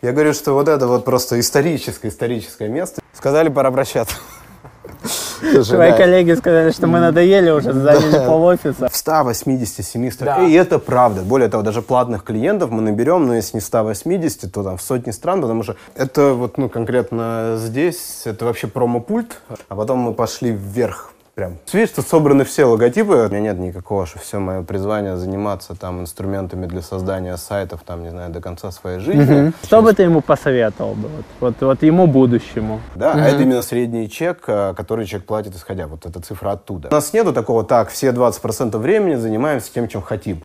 Я говорю, что вот это вот просто историческое место. Сказали, пора прощаться. Твои коллеги сказали, что мы надоели уже, заняли пол-офиса. В 187 странах. И это правда. Более того, даже платных клиентов мы наберем, но если не 180, то там в сотни стран, потому что это вот, ну, конкретно здесь, это вообще промо-пульт. А потом мы пошли вверх. Прям. Видишь, тут собраны все логотипы. У меня нет никакого, что все мое призвание заниматься там инструментами для создания сайтов, там, не знаю, до конца своей жизни. Что бы ты ему посоветовал бы? Вот ему будущему. Да, а это именно средний чек, который человек платит, исходя. Вот эта цифра оттуда. У нас нету такого, так, все 20% времени занимаемся тем, чем хотим.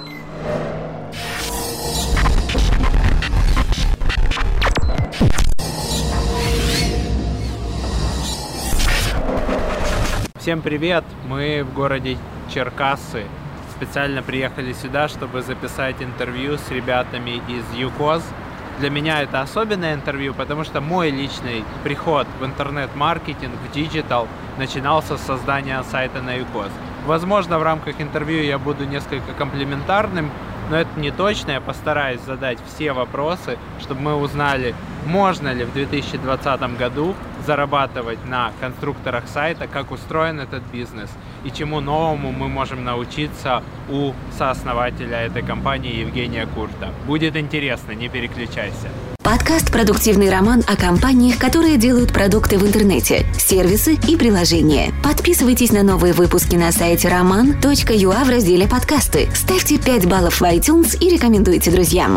Всем привет! Мы в городе Черкассы. Специально приехали сюда, чтобы записать интервью с ребятами из YouCause. Для меня это особенное интервью, потому что мой личный приход в интернет-маркетинг, в диджитал, начинался с создания сайта на YouCause. Возможно, в рамках интервью я буду несколько комплиментарным, но это не точно. Я постараюсь задать все вопросы, чтобы мы узнали, можно ли в 2020 году зарабатывать на конструкторах сайта, как устроен этот бизнес и чему новому мы можем научиться у сооснователя этой компании Евгения Курта. Будет интересно, не переключайся. Подкаст «Продуктивный роман» о компаниях, которые делают продукты в интернете, сервисы и приложения. Подписывайтесь на новые выпуски на сайте roman.ua в разделе «Подкасты». Ставьте 5 баллов в iTunes и рекомендуйте друзьям.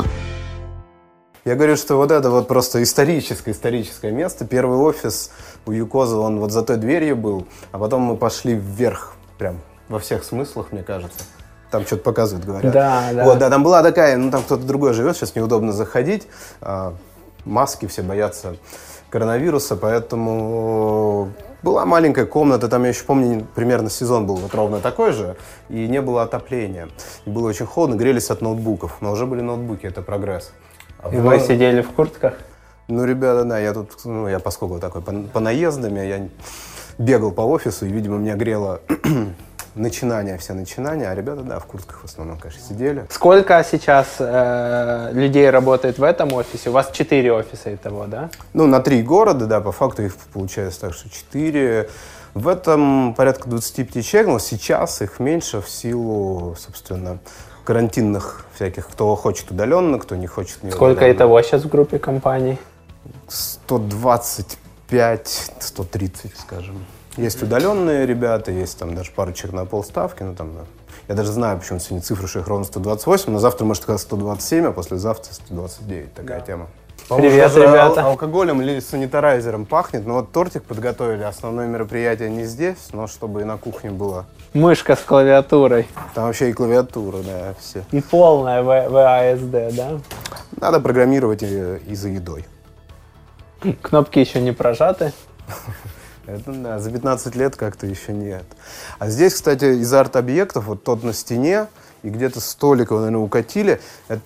Я говорю, что вот это вот просто историческое место. Первый офис у YouCause, он вот за той дверью был, а потом мы пошли вверх, прям во всех смыслах, мне кажется. Там что-то показывают, говорят. Да. Вот, да, там была такая, ну там кто-то другой живет, сейчас неудобно заходить. Маски, все боятся коронавируса, поэтому была маленькая комната, там я еще помню, примерно сезон был вот ровно такой же, и не было отопления. И было очень холодно, грелись от ноутбуков, но уже были ноутбуки, это прогресс. И вы сидели в куртках? Ну, ребята, да, я тут, я поскольку такой по наездам, я бегал по офису, и, видимо, меня грело все начинания, а ребята, да, в куртках в основном, конечно, сидели. Сколько сейчас людей работает в этом офисе? У вас 4 офиса итого, да? Ну, на 3 города, да, по факту их получается так, что 4. В этом порядка 25 человек, но сейчас их меньше в силу, собственно, карантинных всяких, кто хочет удаленно, кто не хочет не Сколько удаленно. итого сейчас в группе компаний? 125, 130, скажем. Есть удаленные ребята, есть там даже пару человек на полставки, ну там, да. Я даже знаю, почему сегодня цифру, что их ровно 128, но завтра, может, 127, а послезавтра 129, такая тема. Привет, ребята. Алкоголем или санитарайзером пахнет, но вот тортик подготовили, основное мероприятие не здесь, но чтобы и на кухне было. Мышка с клавиатурой. Там вообще и клавиатура, да, все. И полная VASD, да? Надо программировать и за едой. Кнопки еще не прожаты. Это да, за 15 лет как-то еще нет. А здесь, кстати, из арт-объектов, вот тот на стене, и где-то столик, наверное, укатили,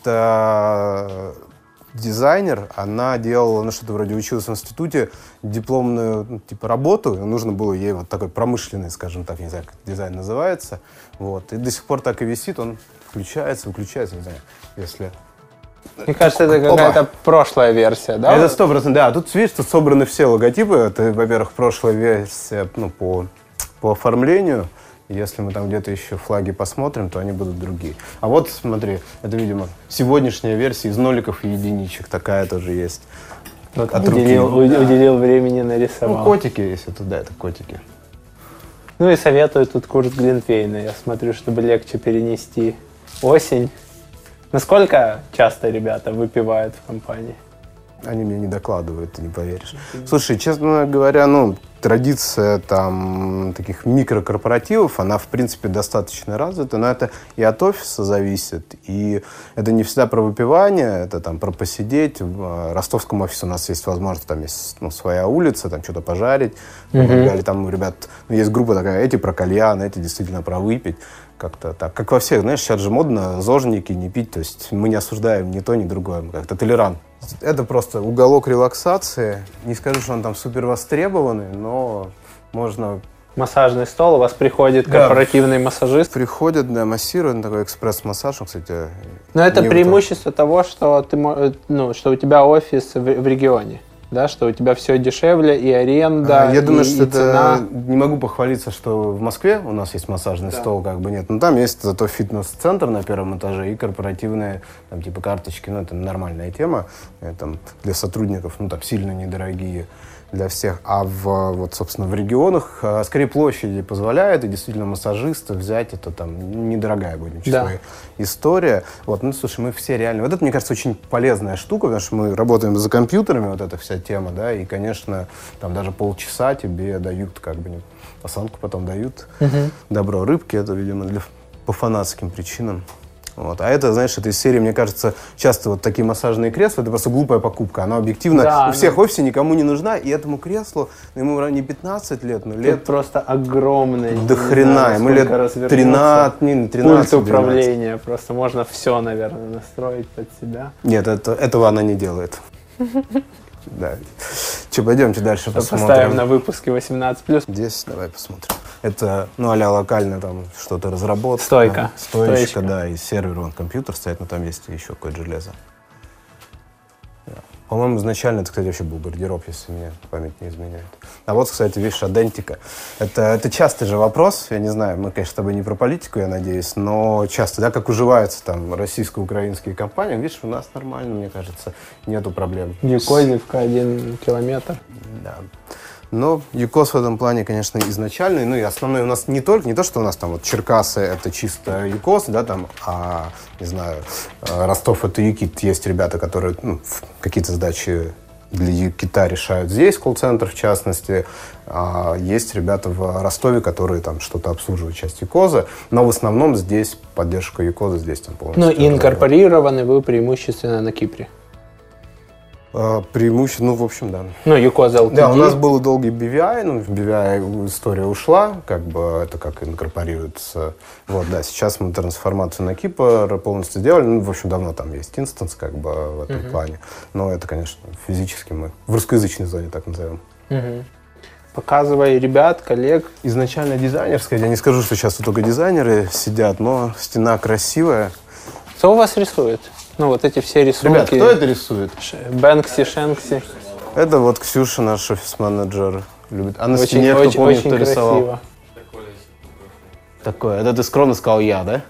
это дизайнер, она делала, ну, что-то вроде училась в институте, дипломную, ну, типа, работу, и нужно было ей вот такой промышленный, скажем так, не знаю, как дизайн называется, вот, и до сих пор так и висит, он включается, выключается, не знаю, если... Мне кажется, это какая-то прошлая версия, да? Это 100%, да. Тут, видишь, тут собраны все логотипы. Это, во-первых, прошлая версия, ну, по оформлению. Если мы там где-то еще флаги посмотрим, то они будут другие. А вот, смотри, это, видимо, сегодняшняя версия из ноликов и единичек. Такая тоже есть. Вот уделил времени, нарисовал. Ну, котики, если туда, это котики. Ну и советую тут курс Глинтвейна. Я смотрю, чтобы легче перенести осень. Насколько часто ребята выпивают в компании? Они мне не докладывают, ты не поверишь. Слушай, честно говоря, ну, традиция там таких микрокорпоративов, она, в принципе, достаточно развита, но это и от офиса зависит, и это не всегда про выпивание, это там про посидеть. В ростовском офисе у нас есть возможность, там есть, ну, своя улица, там что-то пожарить. Или там у ребят, ну, есть группа такая, эти про кальян, эти действительно про выпить. Как-то так. Как во всех, знаешь, сейчас же модно зожники не пить, то есть мы не осуждаем ни то, ни другое, мы как-то толерант. Это просто уголок релаксации. Не скажу, что он там супер востребованный, но можно Массажный стол, у вас приходит корпоративный массажист. Приходят, да, массируют, такой экспресс-массаж, кстати. Но это преимущество того, что что у тебя офис в регионе. Да, что у тебя все дешевле, и аренда, я думаю, что цена. Не могу похвалиться, что в Москве у нас есть массажный стол, как бы нет. Но там есть зато фитнес-центр на первом этаже и корпоративные, там, типа карточки, это нормальная тема. Там, для сотрудников, там сильно недорогие для всех. А собственно, в регионах скорее площади позволяют, и действительно массажиста взять, это там недорогая будет история. Слушай, мы все реально... Вот это, мне кажется, очень полезная штука, потому что мы работаем за компьютерами, вот эта вся тема, да, и, конечно, там даже полчаса тебе дают, осанку потом дают. Добро рыбки, это, видимо, по фанатским причинам. А это, знаешь, это из серии, мне кажется, часто вот такие массажные кресла, это просто глупая покупка. Она объективно у всех в офисе никому не нужна, и этому креслу, ему не 15 лет, но лет... Тут просто огромный. До хрена, ему лет 13, Пульт управления, просто можно все, наверное, настроить под себя. Нет, этого она не делает. Да. Пойдемте дальше посмотрим. Поставим на выпуске 18+. Здесь давай посмотрим. Это, а-ля локально там что-то разработка. Стоечка, да, и сервер, компьютер стоит, но там есть еще какое-то железо. Да. По-моему, изначально это, кстати, вообще был гардероб, если мне память не изменяет. А вот, кстати, видишь, Адентика. Это частый же вопрос, я не знаю, мы, конечно, с тобой не про политику, я надеюсь, но часто, да, как уживаются там российско-украинские компании, видишь, у нас нормально, мне кажется, нету проблем. Юкозевка 1 километр. Да. Но ЮКОС в этом плане, конечно, изначальный, и основной у нас не то, что у нас там Черкассы — это чисто ЮКОС, да, там, не знаю, Ростов — это ЮКИТ. Есть ребята, которые какие-то задачи для ЮКИТа решают здесь, колл-центр в частности. Есть ребята в Ростове, которые там что-то обслуживают, часть ЮКОЗа, но в основном здесь поддержка ЮКОЗа, здесь там полностью. И инкорпорированы вы преимущественно на Кипре. Преимущественно, в общем, да. ЮКОЗ LTD. Да, у нас был долгий BVI, в BVI история ушла, это как инкорпорируется. Сейчас мы трансформацию на Кипр полностью сделали, в общем, давно там есть инстанс, в этом плане. Но это, конечно, физически мы в русскоязычной зоне так назовем. Показывай ребят, коллег. Изначально дизайнерская, я не скажу, что сейчас тут только дизайнеры сидят, но стена красивая. Кто у вас рисует? Эти все рисунки. Ребят, кто это рисует? Бэнкси, Шенкси. Это Ксюша, наш офис-менеджер. Любит. А на очень, стене кто помнит, кто красиво. Рисовал? Такое. Это ты скромно сказал я, да?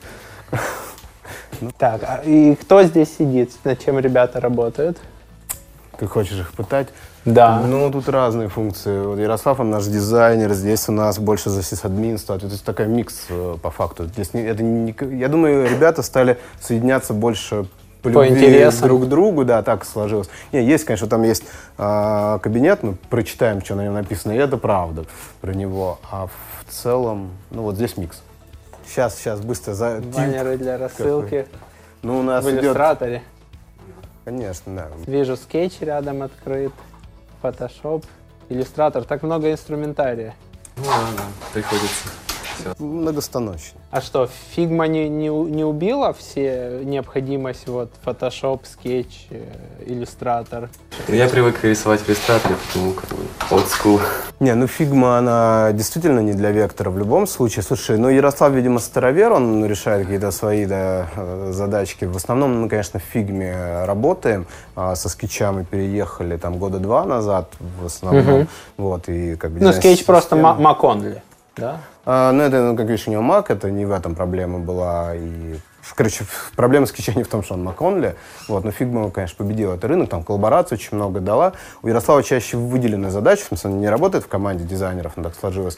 Так, и кто здесь сидит? Над чем ребята работают? Ты хочешь их пытать? Да. Тут разные функции. Ярослав, он наш дизайнер, здесь у нас больше за сисадминство. То есть такой микс по факту. Здесь я думаю, ребята стали соединяться больше по любви друг к другу, да, так сложилось. Есть, конечно, там есть кабинет, мы прочитаем, что на нем написано, и это правда про него. А в целом, здесь микс. Сейчас быстро баннеры для рассылки. У нас в иллюстраторе. Конечно, да. Вижу, скетч рядом открыт, Photoshop, иллюстратор. Так много инструментария. Приходится. Многостаночно. А что, Figma не убила все необходимость Photoshop, скетч, иллюстратор? Я привык рисовать в иллюстраторе, потому old school. Figma, она действительно не для вектора в любом случае. Слушай, Ярослав, видимо, старовер, он решает какие-то свои задачки. В основном мы, конечно, в Figma работаем. Со скетчами переехали там 2 года назад в основном. И, скетч просто Mac only, да? Это, как видишь, у него Mac, это не в этом проблема была. Проблема скетча не в том, что он Mac only. Но Figma, конечно, победила этот рынок, там коллабораций очень много дала. У Ярослава чаще выделенные задачи, в смысле, он не работает в команде дизайнеров, так сложилось.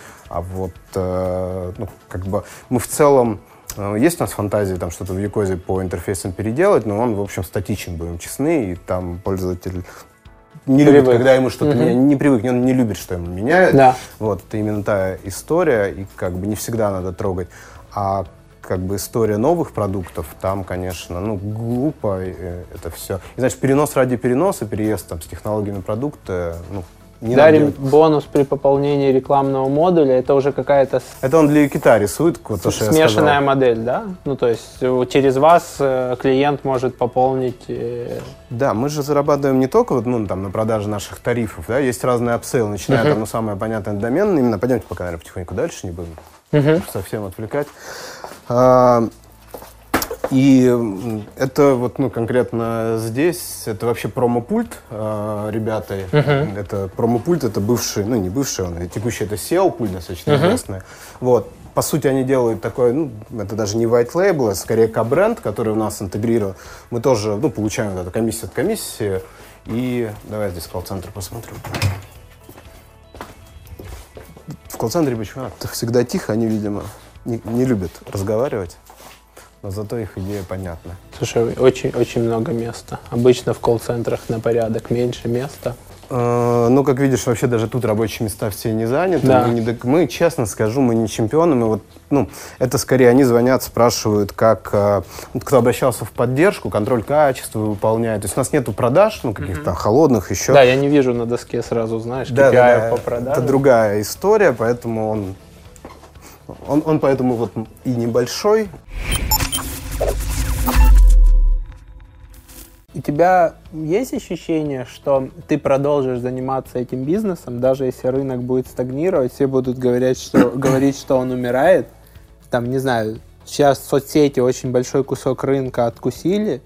Мы в целом... Есть у нас фантазия там что-то в ЮКОЗе по интерфейсам переделать, но он, в общем, статичен, будем честны, и там пользователь... Не любит, когда ему что-то не привык, он не любит, что ему меняют. Да. Это именно та история, и не всегда надо трогать. А история новых продуктов, там, конечно, глупо это все. И, перенос ради переноса, переезд с технологий на продукты, Дарим бонус при пополнении рекламного модуля. Это уже какая-то... Это он для Юкита рисует, вот то, что я сказал. Смешанная модель, да? Ну, то есть через вас клиент может пополнить... Да, мы же зарабатываем не только вот, ну, там, на продаже наших тарифов, да, есть разные апсейлы, начиная там, ну, самое понятное, домен, именно, пойдемте пока, наверное, потихоньку дальше, не будем совсем отвлекать. И это вот, ну, конкретно здесь, это вообще промо-пульт, ребята. Это промо-пульт, это бывший, ну, не бывший, он текущий, это SEO-пульт достаточно известный. Вот. По сути, они делают такой, ну, это даже не white label, а скорее K-бренд, который у нас интегрирован. Мы тоже, ну, получаем вот эту комиссию от комиссии. И давай здесь колл-центр посмотрим. В колл-центре почему? Всегда тихо, они, видимо, не любят разговаривать. Но зато их идея понятна. Слушай, очень много места. Обычно в колл-центрах на порядок меньше места. Ну, как видишь, вообще даже тут рабочие места все не заняты. Да. Мы, честно скажу, мы не чемпионы. Мы вот, ну, это скорее они звонят, спрашивают, как кто обращался в поддержку, контроль качества выполняет. То есть у нас нету продаж, ну, каких-то холодных еще. Да, я не вижу на доске сразу, знаешь, KPI по продажам. Это другая история, поэтому он поэтому вот и небольшой. У тебя есть ощущение, что ты продолжишь заниматься этим бизнесом, даже если рынок будет стагнировать, все будут говорить, что он умирает? Там, не знаю, сейчас соцсети очень большой кусок рынка откусили,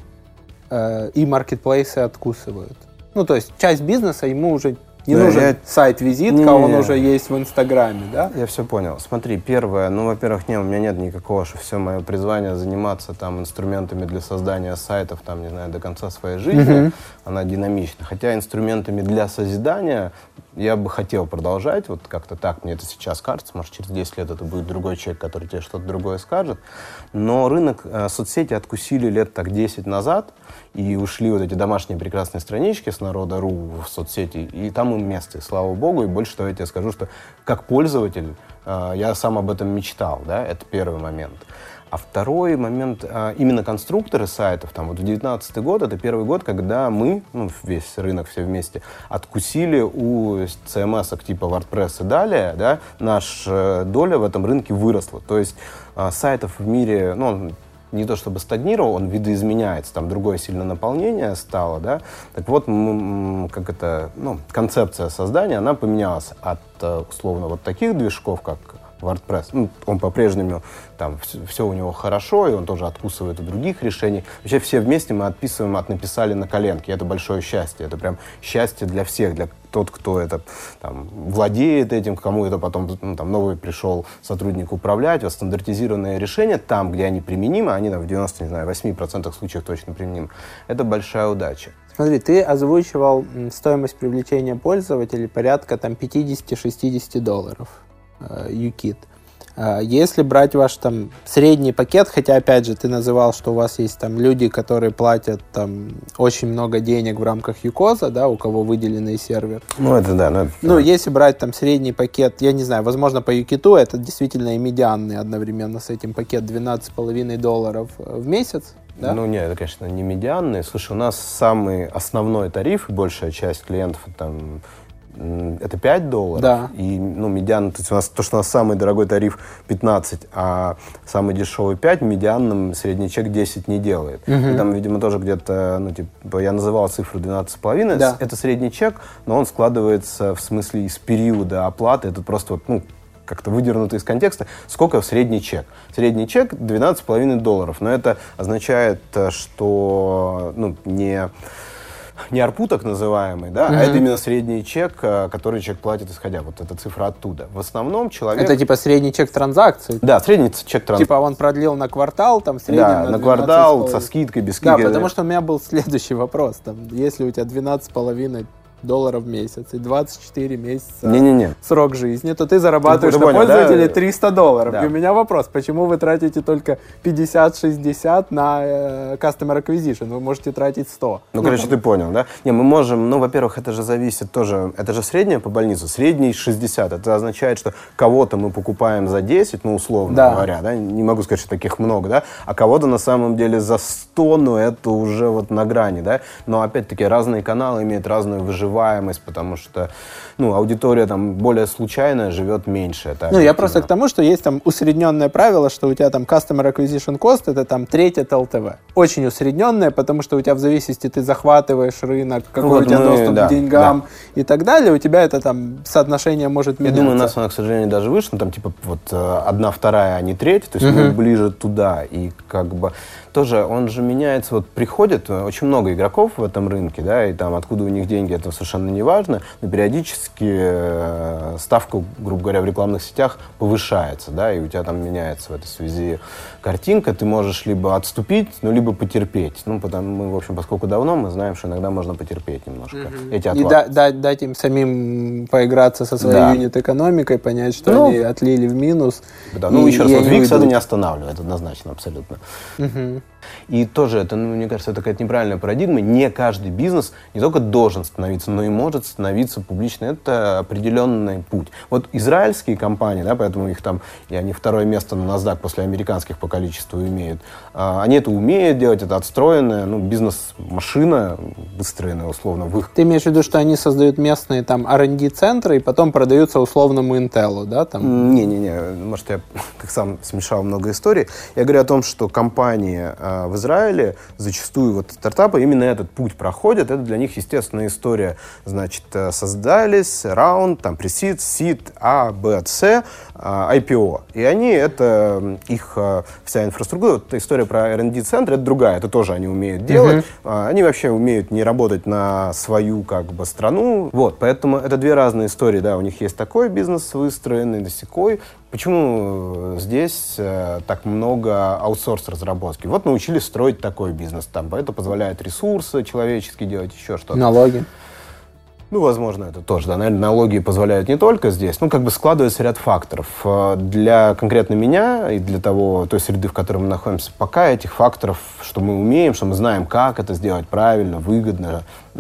и маркетплейсы откусывают. Ну, то есть часть бизнеса ему уже не нужен сайт-визитка, он уже есть в Инстаграме, да? Я все понял. Смотри, первое, ну, во-первых, у меня нет никакого, что все мое призвание заниматься там инструментами для создания сайтов, там, не знаю, до конца своей жизни, она динамична. Хотя инструментами для созидания я бы хотел продолжать, вот как-то так мне это сейчас кажется, может, через 10 лет это будет другой человек, который тебе что-то другое скажет, но рынок соцсети откусили лет так 10 назад, и ушли вот эти домашние прекрасные странички с народа.ру в соцсети, и там им место, и слава богу. И больше того, я тебе скажу, что как пользователь я сам об этом мечтал, да, это первый момент. А второй момент, именно конструкторы сайтов, там вот в 2019 год, это первый год, когда мы, ну, весь рынок все вместе, откусили у CMS-ок типа WordPress и далее, да, наша доля в этом рынке выросла. То есть сайтов в мире, ну, не то чтобы стагнировал, он видоизменяется, там другое сильно наполнение стало, да. Так вот, как это, ну, концепция создания, она поменялась от, условно, вот таких движков, как WordPress. Ну, он по-прежнему, там, все у него хорошо, и он тоже откусывает от других решений. Вообще все вместе мы написали на коленке. Это большое счастье. Это прям счастье для всех, для тот, кто это там владеет этим, кому это потом, ну, там, новый пришел сотрудник управлять. Вот стандартизированные решения там, где они применимы, они там в 98% случаев точно применимы. Это большая удача. Смотри, ты озвучивал стоимость привлечения пользователей порядка там $50-60 UKIT. Если брать ваш там средний пакет, хотя опять же ты называл, что у вас есть там люди, которые платят там очень много денег в рамках ЮКОЗа, да, у кого выделенный сервер. Ну это да. Ну если брать там средний пакет, я не знаю, возможно по ЮКИТу это действительно и медианный одновременно с этим пакет $12,5 в месяц. Да? Ну, нет, это, конечно, не медианный. Слушай, у нас самый основной тариф, большая часть клиентов там, это $5. Да. И, ну, медиан, то есть у нас самый дорогой тариф 15, а самый дешевый 5, медианным средний чек 10 не делает. И там, видимо, тоже где-то, ну, типа, я называл цифру 12,5, да. Это средний чек, но он складывается в смысле из периода оплаты, это просто вот, ну, как-то выдернуто из контекста, сколько в средний чек. Средний чек $12,5, но это означает, что, ну, не ARPU так называемый, да, а это именно средний чек, который человек платит, исходя, вот эта цифра оттуда. В основном человек... Это типа средний чек транзакции? Да, средний чек транзакции. Типа он продлил на квартал, там, в среднем да, на квартал, со скидкой, без скидки. Да, потому что у меня был следующий вопрос, там, если у тебя $12,5 в месяц и 24 месяца срок жизни, то ты зарабатываешь на пользователей $300. Да. И у меня вопрос, почему вы тратите только 50-60 на Customer Acquisition? Вы можете тратить 100. Ну, короче, ты понял, да? Не, мы можем, ну, во-первых, это же зависит тоже, это же средняя по больницу, средний 60. Это означает, что кого-то мы покупаем за 10, ну, условно говоря, да? Не могу сказать, что таких много, да? А кого-то на самом деле за 100, ну, это уже вот на грани, да? Но, опять-таки, разные каналы имеют разную выживаемость. успеваемость, потому что, аудитория там более случайная, живет меньше. Это я просто к тому, что есть там усредненное правило, что у тебя там Customer Acquisition Cost — это там треть от LTV. Очень усредненное, потому что у тебя в зависимости ты захватываешь рынок, какой у тебя доступ к деньгам и так далее, у тебя это там соотношение может меняться. Я думаю, у нас она, к сожалению, даже выше, там типа вот 1/2, а не треть, то есть мы ближе туда, и как бы тоже он же меняется, вот приходит очень много игроков в этом рынке, да, и там откуда у них деньги, это совершенно не важно, но периодически ставка, грубо говоря, в рекламных сетях повышается, да, и у тебя там меняется в этой связи картинка, ты можешь либо отступить, либо потерпеть, потому, в общем, поскольку давно, мы знаем, что иногда можно потерпеть немножко. Эти и дать им самим поиграться со своей юнит-экономикой, понять, что они отлили в минус. Да, еще раз, вот Викс это не останавливает, однозначно, абсолютно. И тоже это, мне кажется, это какая-то неправильная парадигма. Не каждый бизнес не только должен становиться, но и может становиться публично. Это определенный путь. Вот израильские компании, да, поэтому их там, и они второе место на NASDAQ после американских по количеству имеют. Они это умеют делать, это отстроенная, бизнес-машина, выстроенная условно в их... Ты имеешь в виду, что они создают местные там R&D-центры и потом продаются условному Intel, да? Там? Не-не-не, может, я как сам смешал много историй. Я говорю о том, что компании в Израиле зачастую вот стартапы именно этот путь проходят. Это для них естественная история. Значит, создались раунд, там, пресид, сид, А, Б, С, IPO. И они, это их вся инфраструктура, вот история про R&D-центр, это другая, это тоже они умеют делать. Они вообще умеют не работать на свою, как бы, страну. Вот, поэтому это две разные истории, да, у них есть такой бизнес выстроенный, досякой. Почему здесь так много аутсорс-разработки? Вот научились строить такой бизнес, там, это позволяет ресурсы человеческие делать, еще что-то. Налоги. Возможно, это тоже, да, наверное, налоги позволяют не только здесь, складывается ряд факторов. Для конкретно меня и для той среды, в которой мы находимся, пока этих факторов, что мы умеем, что мы знаем, как это сделать правильно, выгодно,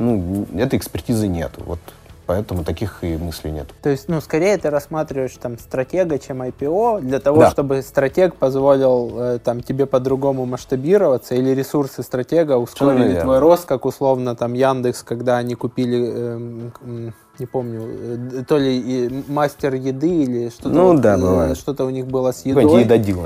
этой экспертизы нет. Вот. Поэтому таких и мыслей нет. То есть, скорее ты рассматриваешь там стратега, чем IPO, для того, чтобы стратег позволил тебе по-другому масштабироваться, или ресурсы стратега ускорили твой рост, как условно там Яндекс, когда они купили, не помню, то ли мастер еды или что-то. Что-то у них было с едой. Какой-нибудь едодил,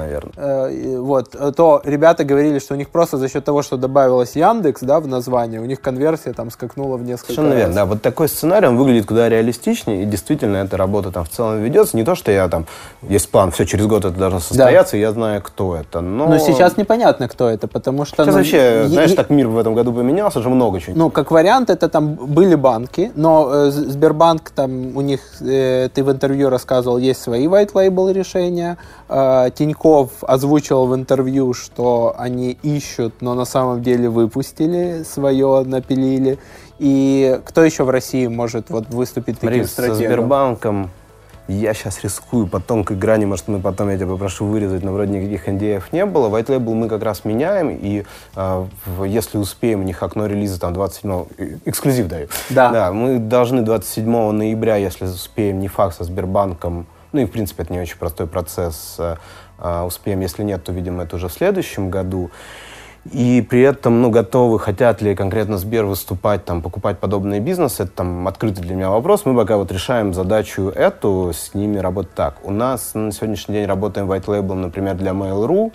наверное. То ребята говорили, что у них просто за счет того, что добавилось Яндекс, да, в название, у них конверсия там скакнула в несколько раз. Совершенно верно, да. Вот такой сценарий, он выглядит куда реалистичнее, и действительно эта работа там в целом ведется. Не то, что я там, есть план, все, через год это должно состояться, и я знаю, кто это. Но сейчас непонятно, кто это, потому что... Сейчас вообще, знаешь, так мир в этом году поменялся, уже много чего. Как вариант, это там были банки, но Сбербанк, там у них, ты в интервью рассказывал, есть свои white label решения. Тинькофф озвучил в интервью, что они ищут, но на самом деле выпустили свое, напилили. И кто еще в России может выступить таким стратегом? Со Сбербанком я сейчас рискую по тонкой грани, может, я тебя попрошу вырезать, но вроде никаких NDA не было. White Label мы как раз меняем, и если успеем, у них окно релиза там 27-го, эксклюзив даю. Да, мы должны 27 ноября, если успеем, не факт, со Сбербанком, и в принципе это не очень простой процесс, успеем, если нет, то, видимо, это уже в следующем году. И при этом, готовы, хотят ли конкретно Сбер выступать, покупать подобные бизнесы, это открытый для меня вопрос. Мы пока решаем задачу эту, с ними работать так. У нас на сегодняшний день работаем white label, например, для Mail.ru,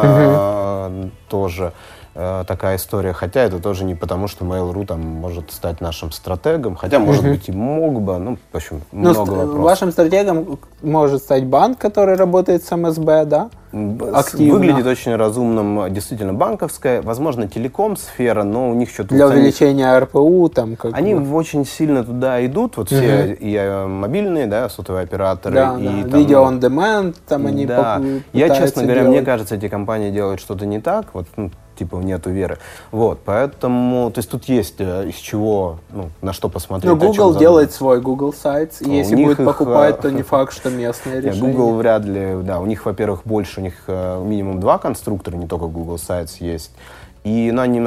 тоже такая история. Хотя это тоже не потому, что Mail.ru может стать нашим стратегом, хотя, может быть, и мог бы, в общем, много вопросов. Вашим стратегом может стать банк, который работает с МСБ, да? Активно. Выглядит очень разумным, действительно, банковская, возможно, телеком-сфера, но у них что-то... Для увеличения РПУ Они очень сильно туда идут, все и мобильные, да, сотовые операторы. И видео on demand, они пытаются Я, честно говоря, делать. мне кажется, эти компании делают что-то не так, нету веры. Поэтому, то есть тут есть из чего, на что посмотреть. Google делает свой Google Sites, и если будет покупать, то не факт, что местное решение. Google вряд ли, у них, во-первых, больше, у них минимум 2 конструктора, не только Google Sites есть. И они немножко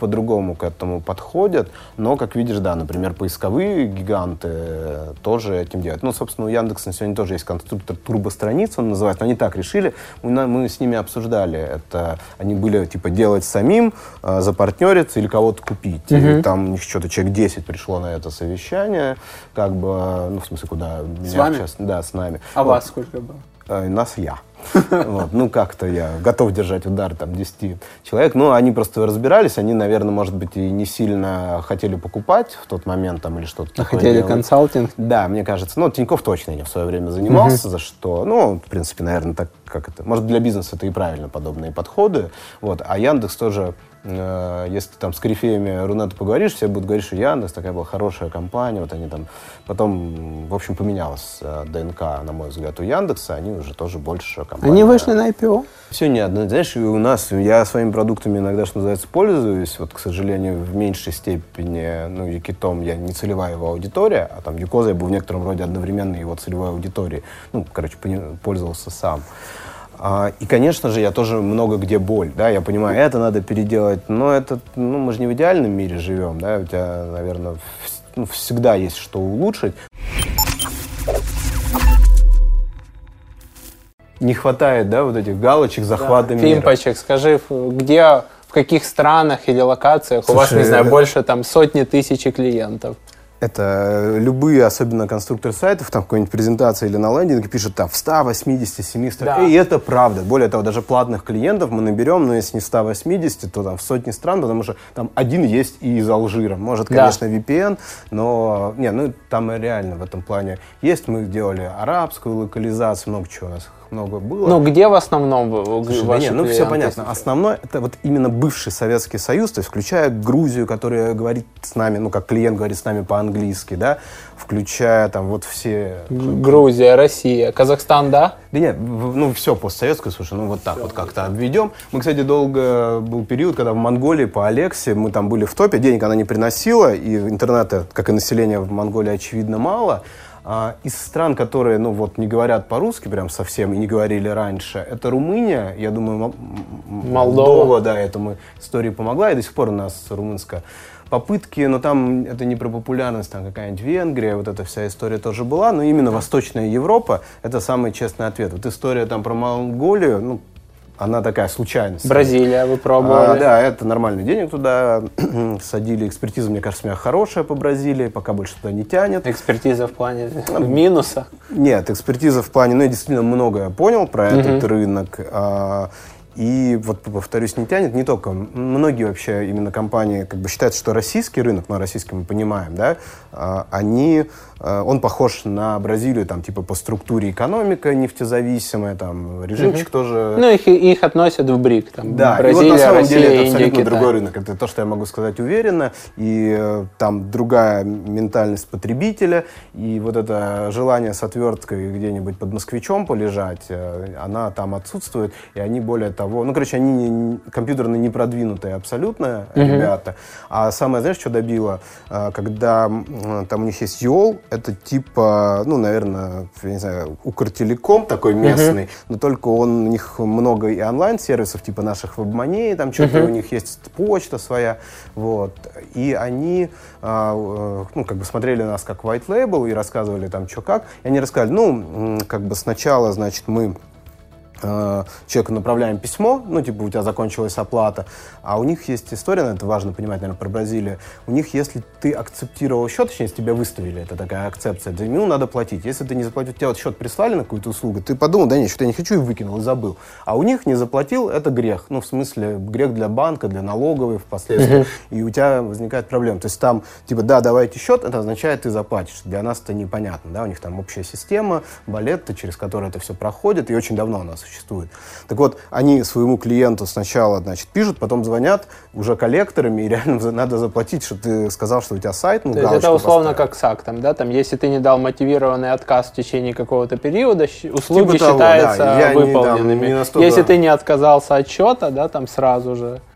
по-другому к этому подходят, но, как видишь, да, например, поисковые гиганты тоже этим делают. Ну, собственно, у Яндекса на сегодня тоже есть конструктор турбостраниц, он называется, но они так решили, мы с ними обсуждали это, они были, типа, делать самим, запартнериться или кого-то купить. И там у них что-то человек 10 пришло на это совещание, как бы, ну, в смысле, куда меня с вами? сейчас... Да, с нами. А вас сколько было? Нас я. Вот. Ну, как-то я готов держать удар там 10 человек. Ну, они просто разбирались, они, наверное, может быть, и не сильно хотели покупать в тот момент там или что-то такое. Хотели делать. консалтинг? Да, мне кажется. Ну, Тинькофф точно я в свое время занимался, за что, ну, в принципе, наверное, так как это. Может, для бизнеса это и правильно, подобные подходы. Вот. А Яндекс тоже, если ты там с корифеями Рунета поговоришь, все будут говорить, что Яндекс такая была хорошая компания, вот они там... Потом, в общем, поменялась ДНК, на мой взгляд, у Яндекса, они уже тоже больше компания. Они вышли на IPO? Все не одно. Знаешь, у нас, я своими продуктами иногда, что называется, пользуюсь. Вот, к сожалению, в меньшей степени, ну, Якитом я не целевая его аудитория, а там Юкоза я был в некотором роде одновременно его целевой аудиторией. Ну, короче, пользовался сам. И, конечно же, я тоже много где боль, да, я понимаю, это надо переделать, но это, ну, мы же не в идеальном мире живем, да, у тебя, наверное, всегда есть что улучшить. Не хватает, да, вот этих галочек, захвата мира. Пимпочек, скажи, где, в каких странах или локациях у вас, не знаю, больше там сотни тысяч клиентов? Это любые, особенно конструкторы сайтов, там какой-нибудь презентации или на лендинге пишут там в 180-70 странах. Да. И это правда. Более того, даже платных клиентов мы наберем, но если не 180, то там в сотни стран, потому что там один есть и из Алжира. Может, конечно, VPN, но не, ну там реально в этом плане есть. Мы делали арабскую локализацию, много чего у нас много было. Ну, где в основном ваши да нет, ну, все клиенты? понятно. Основное, это вот именно бывший Советский Союз, то есть включая Грузию, которая говорит с нами, ну, как клиент говорит с нами по-английски, да, включая там вот все... Грузия, Россия, Казахстан, да? Да нет, ну, все постсоветское, слушай, ну, вот так все вот как-то обведем. Мы, кстати, долго был период, когда в Монголии по Алексе мы там были в топе, денег она не приносила, и интернета, как и населения в Монголии, очевидно, мало. Из стран, которые, ну, вот, не говорят по-русски прям совсем и не говорили раньше, это Румыния, я думаю, Молдова, да, этому истории помогла, и до сих пор у нас румынская попытки, но там это не про популярность, там какая-нибудь Венгрия, вот эта вся история тоже была, но именно Восточная Европа — это самый честный ответ. Вот история там про Монголию, ну, она такая случайность. Бразилия вы пробовали? Да, это нормальный денег туда садили. Экспертиза, мне кажется, у меня хорошая по Бразилии, пока больше туда не тянет. Экспертиза в плане минуса? Нет, экспертиза в плане, ну, я действительно многое понял про этот рынок. И вот, повторюсь, не тянет не только. Многие вообще именно компании как бы считают, что российский рынок, ну, российский мы понимаем, да, он похож на Бразилию, там, типа, по структуре экономика нефтезависимая, там, режимчик тоже... Ну, их относят в БРИК, там, да, Бразилия, и вот на самом Россия, деле это Индия, абсолютно Китай. другой рынок. Это то, что я могу сказать уверенно. И там другая ментальность потребителя. И вот это желание с отверткой где-нибудь под москвичом полежать, она там отсутствует. И они, более того... Ну, короче, они компьютерно не продвинутые абсолютно ребята. А самое, знаешь, что добило? Когда там у них есть YOL, это типа, ну, наверное, я не знаю, Укртелеком такой местный, но только у них много и онлайн-сервисов, типа наших WebMoney, там что-то у них есть почта своя, вот. И они, ну, как бы смотрели нас как white label и рассказывали там, что как. И они рассказали, ну, как бы сначала, значит, мы человеку направляем письмо, ну, типа, у тебя закончилась оплата, а у них есть история, это важно понимать, наверное, про Бразилию, у них, если ты акцептировал счет, точнее, если тебя выставили, это такая акцепция, за него надо платить. Если ты не заплатил, тебе вот счет прислали на какую-то услугу, ты подумал, да нет, что-то я не хочу, и выкинул, и забыл. А у них не заплатил, это грех. Ну, в смысле, грех для банка, для налоговой впоследствии. И у тебя возникает проблема. То есть там, типа, да, давайте счет, это означает, ты заплатишь. Для нас это непонятно, да, у них там общая система, балетта, через которую это все проходит, и очень давно у нас существует. Так вот, они своему клиенту сначала, значит, пишут, потом звонят уже коллекторами, и реально надо заплатить, что ты сказал, что у тебя сайт, ну, то есть это условно как с актом, да? Там, если ты не дал мотивированный отказ в течение какого-то периода, услуги типа того, считаются да. выполненными. Не настолько... Если ты не отказался от счета, да, там сразу же.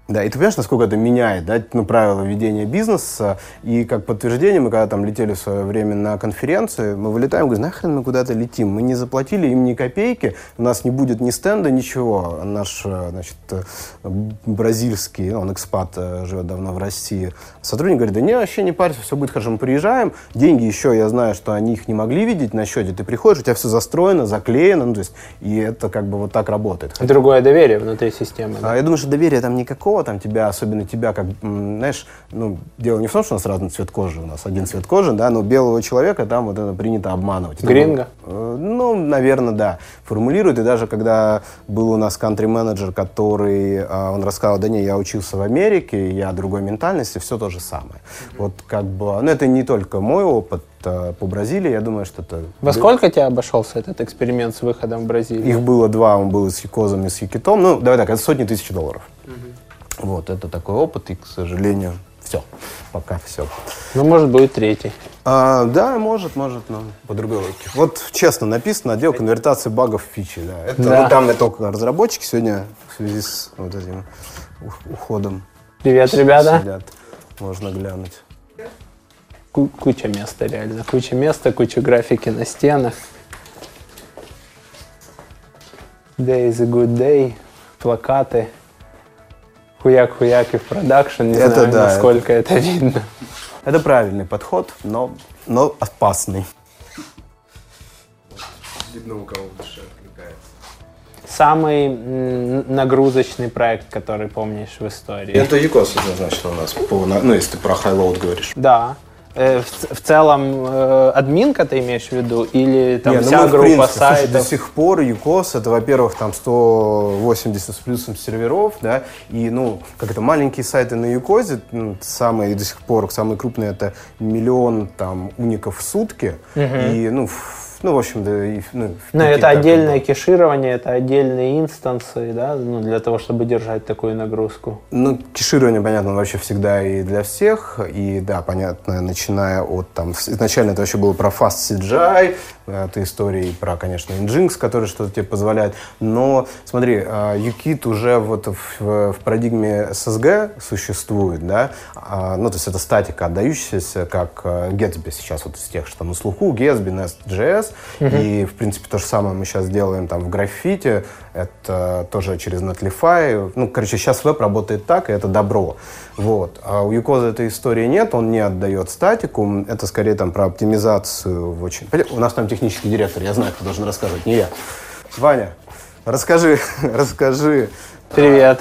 Да, и ты понимаешь, насколько это меняет, да, ну, правила ведения бизнеса. И как подтверждение, мы когда там летели в свое время на конференцию, мы вылетаем, говорим, нахрен мы куда-то летим? Мы не заплатили им ни копейки, у нас не будет ни стенда, ничего. Наш, значит, бразильский, он экспат, живет давно в России, сотрудник говорит, да не, вообще не парься, все будет хорошо, мы приезжаем, деньги еще, я знаю, что они их не могли видеть на счете, ты приходишь, у тебя все застроено, заклеено, ну, то есть, и это как бы вот так работает. Другое доверие внутри системы. Да? Я думаю, что доверия там никакого, там тебя, особенно тебя, как, знаешь, ну, дело не в том, что у нас разный цвет кожи, у нас один цвет кожи, да, но белого человека там вот это принято обманывать. Гринго? Ну, наверное, да, формулирует, и даже когда был у нас кантри-менеджер, который, он рассказал, да не, я учился в Америке, я другой ментальности, все то же самое. Вот как бы, ну, это не только мой опыт по Бразилии, я думаю, что это... Во сколько тебе обошелся этот эксперимент с выходом в Бразилию? Их было два, он был и с Юкозом, и с Юкитом, ну, давай так, это сотни тысяч долларов. Вот, это такой опыт, и, к сожалению, все, пока все. Ну, может, будет третий. Да, может, но по другой логике. Вот честно написано, отдел конвертации багов в фичи. Да. Это да. Вот там только разработчики сегодня в связи с вот этим уходом. Привет, ребята. Сидят. Можно глянуть. Куча места, реально. Куча места, куча графики на стенах. Day is a good day. Плакаты. Хуяк-хуяк и в продакшн. Не это знаю, да, насколько это видно. Это правильный подход, но опасный. Видно, у кого в душе откликается. Самый нагрузочный проект, который помнишь в истории? Это Юкос, однозначно, у нас. Ну, если ты про Highload говоришь. Да. В целом, админка ты имеешь в виду? Или там вся ну, группа принципе, сайтов? Слушай, до сих пор Юкос, это, во-первых, там 180 с плюсом серверов, да, и, ну, как это, маленькие сайты на Юкозе, ну, самые, до сих пор, самые крупные, это 1 миллион, там, уников в сутки, и, ну, в общем, да, и, ну, но это отдельное кеширование, это отдельные инстансы, да, ну, для того, чтобы держать такую нагрузку. Ну, кеширование, понятно, вообще всегда и для всех, и, да, понятно, начиная от, там, изначально это вообще было про Fast CGI, это история про, конечно, Nginx, который что-то тебе позволяет, но, смотри, UKIT уже вот в парадигме SSG существует, да, ну, то есть это статика, отдающаяся, как Gatsby сейчас вот из тех, что на слуху, Gatsby, Nest.js, и, в принципе, то же самое мы сейчас делаем там в граффите, это тоже через Netlify. Ну, короче, сейчас веб работает так, и это добро. Вот. А у Юкоза этой истории нет, он не отдает статику, это скорее там про оптимизацию в очень... У нас там технический директор, я знаю, кто должен рассказывать, не я. Ваня, расскажи. Привет.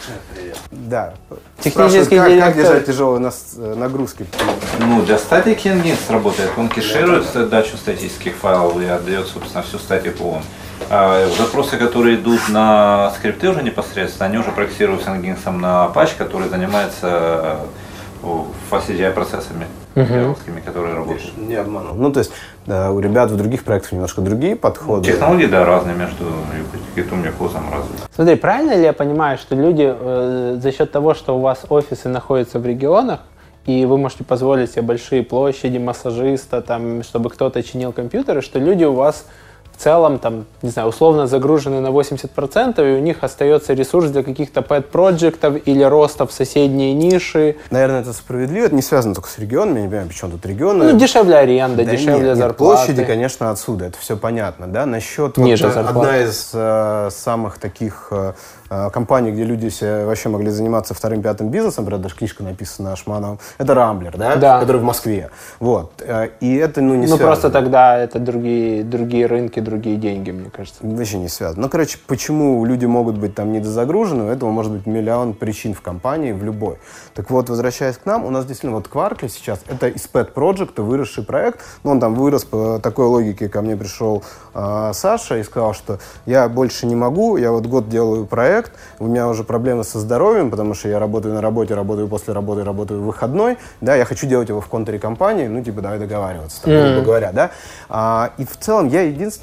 Да. Технический как директор. держать тяжелые нагрузки? Ну, для статики Nginx работает. Он кеширует дачу статических файлов и отдает, собственно, всю статику он. А запросы, которые идут на скрипты уже непосредственно, они уже проксируются Nginx на Apache, который занимается FastCGI процессами, которые работают. Не обманул. Ну, то есть, да, у ребят в других проектах немножко другие подходы. Технологии, да, разные между Юкитом и Юкозом разные. Смотри, правильно ли я понимаю, что люди за счет того, что у вас офисы находятся в регионах, и вы можете позволить себе большие площади, массажиста, там, чтобы кто-то чинил компьютеры, что люди у вас в целом, там, не знаю, условно загружены на 80%, и у них остается ресурс для каких-то пэт-проектов или роста в соседние ниши. Наверное, это справедливо. Это не связано только с регионами. Я не понимаю, почему тут регионы. Ну, дешевле аренда, да дешевле зарплаты. Площади, конечно, отсюда. Это все понятно. Да? Насчет ниже вот, зарплаты. Одна из самых таких компаний, где люди все вообще могли заниматься вторым-пятым бизнесом, правда, даже книжка написана Ашмановым, это Рамблер, да? Который в Москве. Вот. И это, ну, не связано. Просто тогда это другие рынки, другие деньги, мне кажется. Вообще не связано. Ну, короче, почему люди могут быть там недозагружены, у этого может быть миллион причин в компании, в любой. Так вот, возвращаясь к нам, у нас действительно вот Quarkly сейчас, это из Pet Project выросший проект, но он там вырос по такой логике, ко мне пришел Саша и сказал, что я больше не могу, я вот год делаю проект, у меня уже проблемы со здоровьем, потому что я работаю на работе, работаю после работы, работаю в выходной, да, я хочу делать его в контуре компании, ну, типа, давай договариваться, там, грубо говоря, да. И в целом я единственное,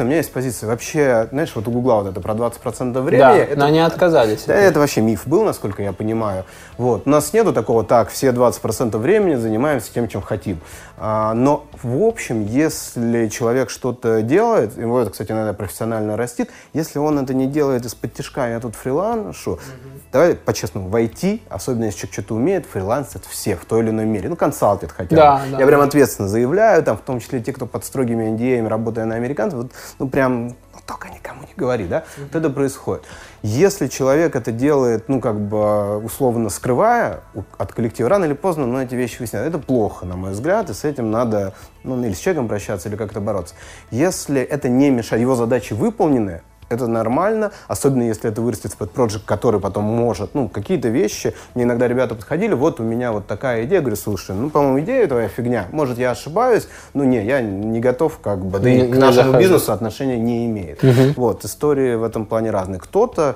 меня есть позиция. Вообще, знаешь, вот у Гугла вот это про 20% времени. Да, но они отказались. Да, это вообще миф был, насколько я понимаю. Вот. У нас нету такого, так, все 20% времени занимаемся тем, чем хотим. Но, в общем, если человек что-то делает, его это, кстати, иногда профессионально растит, если он это не делает из-под тишка, я тут фриланшу, давай по-честному, в IT, особенно если человек что-то умеет, фрилансят все в той или иной мере. Ну, консалтит хотя бы. Да, я прям ответственно заявляю, там, в том числе те, кто под строгими NDA, работая на американцев, вот, ну, прям, только никому не говори, да? Вот это происходит. Если человек это делает, ну, как бы, условно скрывая от коллектива, рано или поздно, ну, эти вещи выясняют. Это плохо, на мой взгляд, и с этим надо, ну, или с человеком прощаться, или как-то бороться. Если это не мешает, его задачи выполнены, это нормально, особенно если это вырастет в подпроект, который потом может, ну, какие-то вещи. Мне иногда ребята подходили, вот у меня вот такая идея, говорю, слушай, ну, по-моему, идея твоя фигня, может, я ошибаюсь, ну, не, я не готов, как бы, да и к нашему бизнесу отношения не имеет. Вот, истории в этом плане разные. Кто-то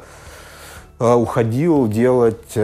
уходил делать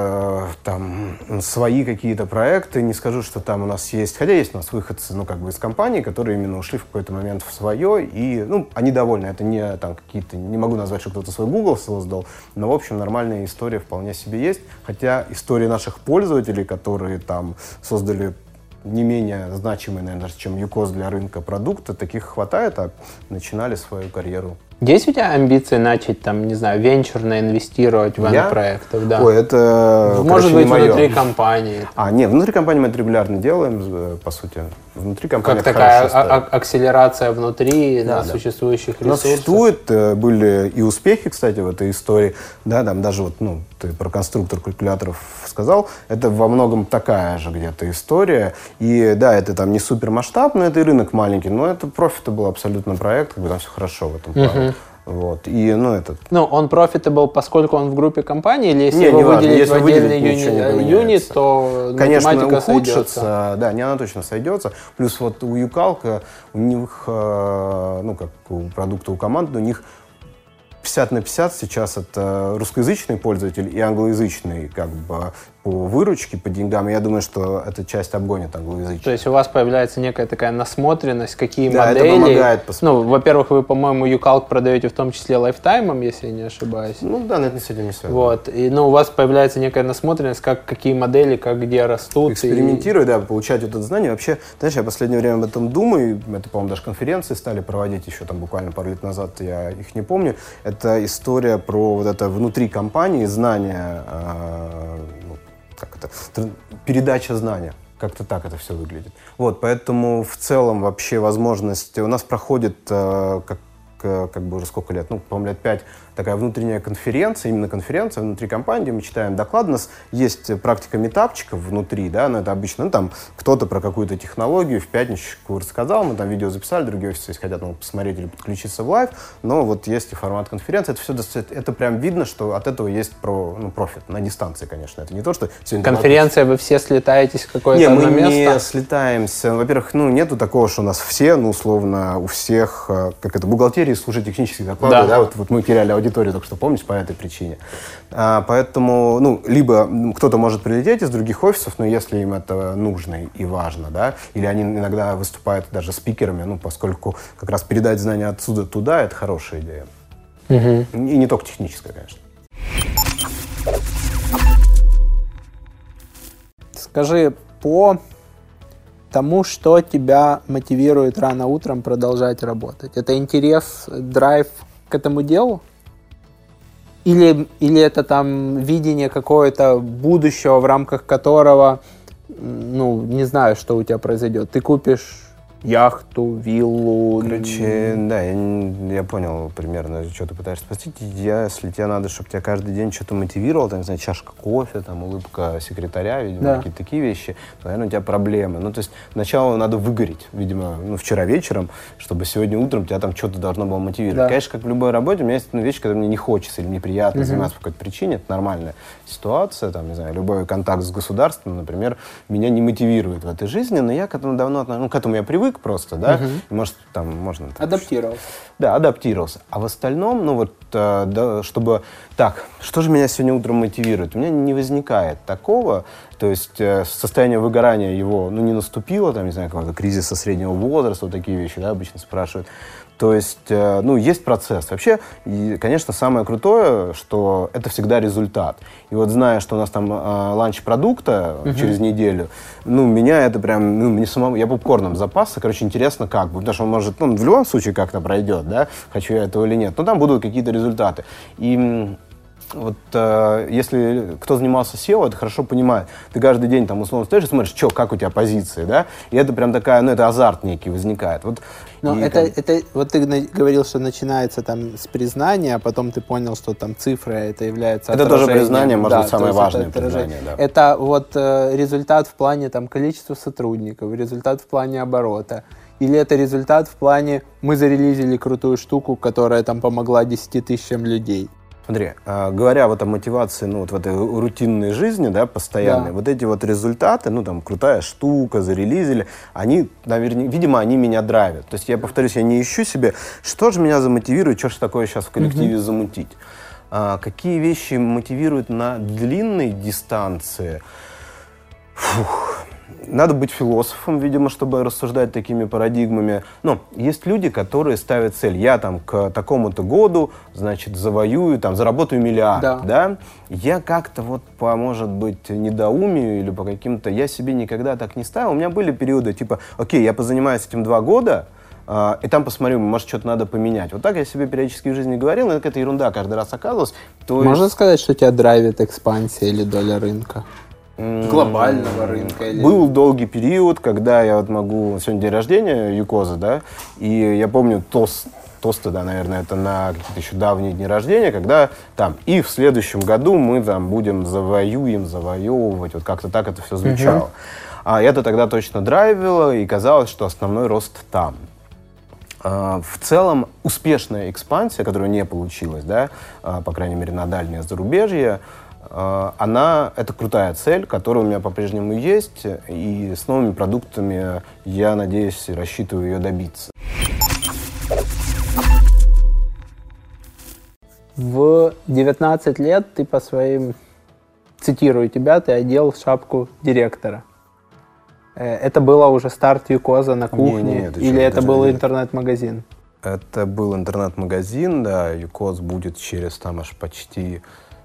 там свои какие-то проекты. Не скажу, что там у нас есть... Хотя есть у нас выходцы, ну, как бы из компаний, которые именно ушли в какой-то момент в свое, и, ну, они довольны. Это не там какие-то... Не могу назвать, что кто-то свой Google создал, но, в общем, нормальная история вполне себе есть. Хотя истории наших пользователей, которые там создали не менее значимые, наверное, чем ЮКОС для рынка продукта, таких хватает, а начинали свою карьеру. Есть у тебя амбиции начать, там, не знаю, венчурно инвестировать в N-проектов? Да. Ой, это, может быть, не внутри компании. Нет, внутри компании мы это регулярно делаем, по сути. Внутри компании как такая акселерация внутри на существующих ресурсах. Существует, были и успехи, кстати, в этой истории. Да, там даже вот, ну, ты про конструктор калькуляторов сказал, это во многом такая же где-то история. И да, это там не супермасштабно, это и рынок маленький, но это profitable абсолютно проект, как бы там все хорошо в этом плане. Вот. И, ну, этот... Ну, он profitable, поскольку он в группе компании, или если его выделить в отдельный юнит, то конечно, математика ухудшится. Сойдется. Да, не, она точно сойдется. Плюс вот у Юкалка, у них, ну, как у продукта, у команды, у них 50/50 сейчас это русскоязычный пользователь и англоязычный, как бы, по выручке, по деньгам. Я думаю, что эта часть обгонит англоязычную. То есть у вас появляется некая такая насмотренность, какие да, модели... это помогает посмотреть. Ну, во-первых, вы, по-моему, Юкалк продаете в том числе лайфтаймом, если я не ошибаюсь. Ну да, но это с этим не связано. Вот. И, ну, у вас появляется некая насмотренность, какие модели, как где растут. Экспериментируя, да, получать вот это знание. Вообще, знаешь, я в последнее время об этом думаю. Это, по-моему, даже конференции стали проводить еще там буквально пару лет назад, я их не помню. Это история про вот это внутри компании знания, как это, передача знания. Как-то так это все выглядит. Вот, поэтому в целом вообще возможность... У нас проходит, как бы уже сколько лет, ну, по-моему, лет 5, такая внутренняя конференция, именно конференция внутри компании, мы читаем доклады, у нас есть практика митапчиков внутри, да, но это обычно, ну, там, кто-то про какую-то технологию в пятничку рассказал, мы там видео записали, другие офисы, если хотят, могут посмотреть или подключиться в лайв, но вот есть и формат конференции, это все, это прям видно, что от этого есть профит, на дистанции, конечно, это не то, что сегодня... Конференция, вы все слетаетесь в какое-то одно место? Не, мы не слетаемся, во-первых, ну, нету такого, что у нас все, ну, условно, у всех, как это, бухгалтерии служат технические доклады, да, вот мы теряли аудиторию только что, помнишь, по этой причине. Поэтому, ну, либо кто-то может прилететь из других офисов, но если им это нужно и важно, да, или они иногда выступают даже спикерами, ну, поскольку как раз передать знания отсюда туда, это хорошая идея. И не только техническая, конечно. Скажи, по тому, что тебя мотивирует рано утром продолжать работать? Это интерес, драйв к этому делу? Или это там видение какое-то будущего, в рамках которого, ну, не знаю, что у тебя произойдет. Ты купишь яхту, виллу. Короче, да, я понял примерно, что ты пытаешься спросить. Если тебе надо, чтобы тебя каждый день что-то мотивировало, там, не знаю, чашка кофе, там, улыбка секретаря, видимо, да, какие-то такие вещи, то, наверное, у тебя проблемы. Ну, то есть, сначала надо выгореть, видимо, ну, вчера вечером, чтобы сегодня утром тебя там что-то должно было мотивировать. Да. Конечно, как в любой работе, у меня есть вещи, которые мне не хочется или неприятно заниматься по какой-то причине, это нормальная ситуация, там, не знаю, любой контакт с государством, например, меня не мотивирует в этой жизни, но я к этому давно, ну, к этому я привык просто, да, может, там, можно... Там, адаптировался. Да, адаптировался. А в остальном, ну, вот, да, чтобы... Так, что же меня сегодня утром мотивирует? У меня не возникает такого. То есть состояние выгорания его, ну, не наступило, там, не знаю, какого-то кризиса среднего возраста, вот такие вещи, да, обычно спрашивают. То есть, ну, есть процесс. Вообще, и, конечно, самое крутое, что это всегда результат. И вот зная, что у нас там ланч продукта через неделю, ну, меня это прям, ну, мне самому, я попкорном запасся, короче, интересно как бы, потому что он может, ну, в любом случае как-то пройдет, да, хочу я этого или нет, но там будут какие-то результаты. И вот если кто занимался SEO, это хорошо понимает. Ты каждый день там условно стоишь и смотришь, что, как у тебя позиции, да? И это прям такая, ну, это азарт некий возникает. Вот, но вот ты говорил, что начинается там с признания, а потом ты понял, что там цифры это является это тоже признание, может быть, самое важное признание. Да. Это вот результат в плане там количества сотрудников, результат в плане оборота. Или это результат в плане мы зарелизили крутую штуку, которая там помогла 10 тысячам людей. Смотри, говоря вот о мотивации, ну, вот в этой рутинной жизни, да, постоянной, вот эти вот результаты, ну, там, крутая штука, зарелизили, они, наверное, видимо, они меня драйвят. То есть я, повторюсь, я не ищу себе, что же меня замотивирует, что же такое сейчас в коллективе замутить. Какие вещи мотивируют на длинной дистанции? Надо быть философом, видимо, чтобы рассуждать такими парадигмами. Но есть люди, которые ставят цель. Я там к такому-то году, значит, завоюю, там, заработаю миллиард, да? Я как-то вот по, может быть, недоумию или по каким-то... Я себе никогда так не ставил. У меня были периоды, типа, окей, я позанимаюсь этим 2 года, и там посмотрю, может, что-то надо поменять. Вот так я себе периодически в жизни говорил, но это какая-то ерунда каждый раз оказывалась. Можно сказать, что тебя драйвит экспансия или доля рынка? Глобального рынка? Или... Был долгий период, когда я вот могу... Сегодня день рождения Юкоза, да, и я помню тосты, да, наверное, это на какие-то еще давние дни рождения, когда там и в следующем году мы там будем завоевывать, вот как-то так это все звучало. А это тогда точно драйвило, и казалось, что основной рост там. В целом, успешная экспансия, которая не получилась, да, по крайней мере, на дальнее зарубежье, это крутая цель, которая у меня по-прежнему есть, и с новыми продуктами я надеюсь и рассчитываю ее добиться. В 19 лет ты по своим, цитирую тебя, ты одел шапку директора. Это было уже старт Юкоза на кухне? Или это был интернет-магазин? Это был интернет-магазин, да, Юкоз будет через там аж почти...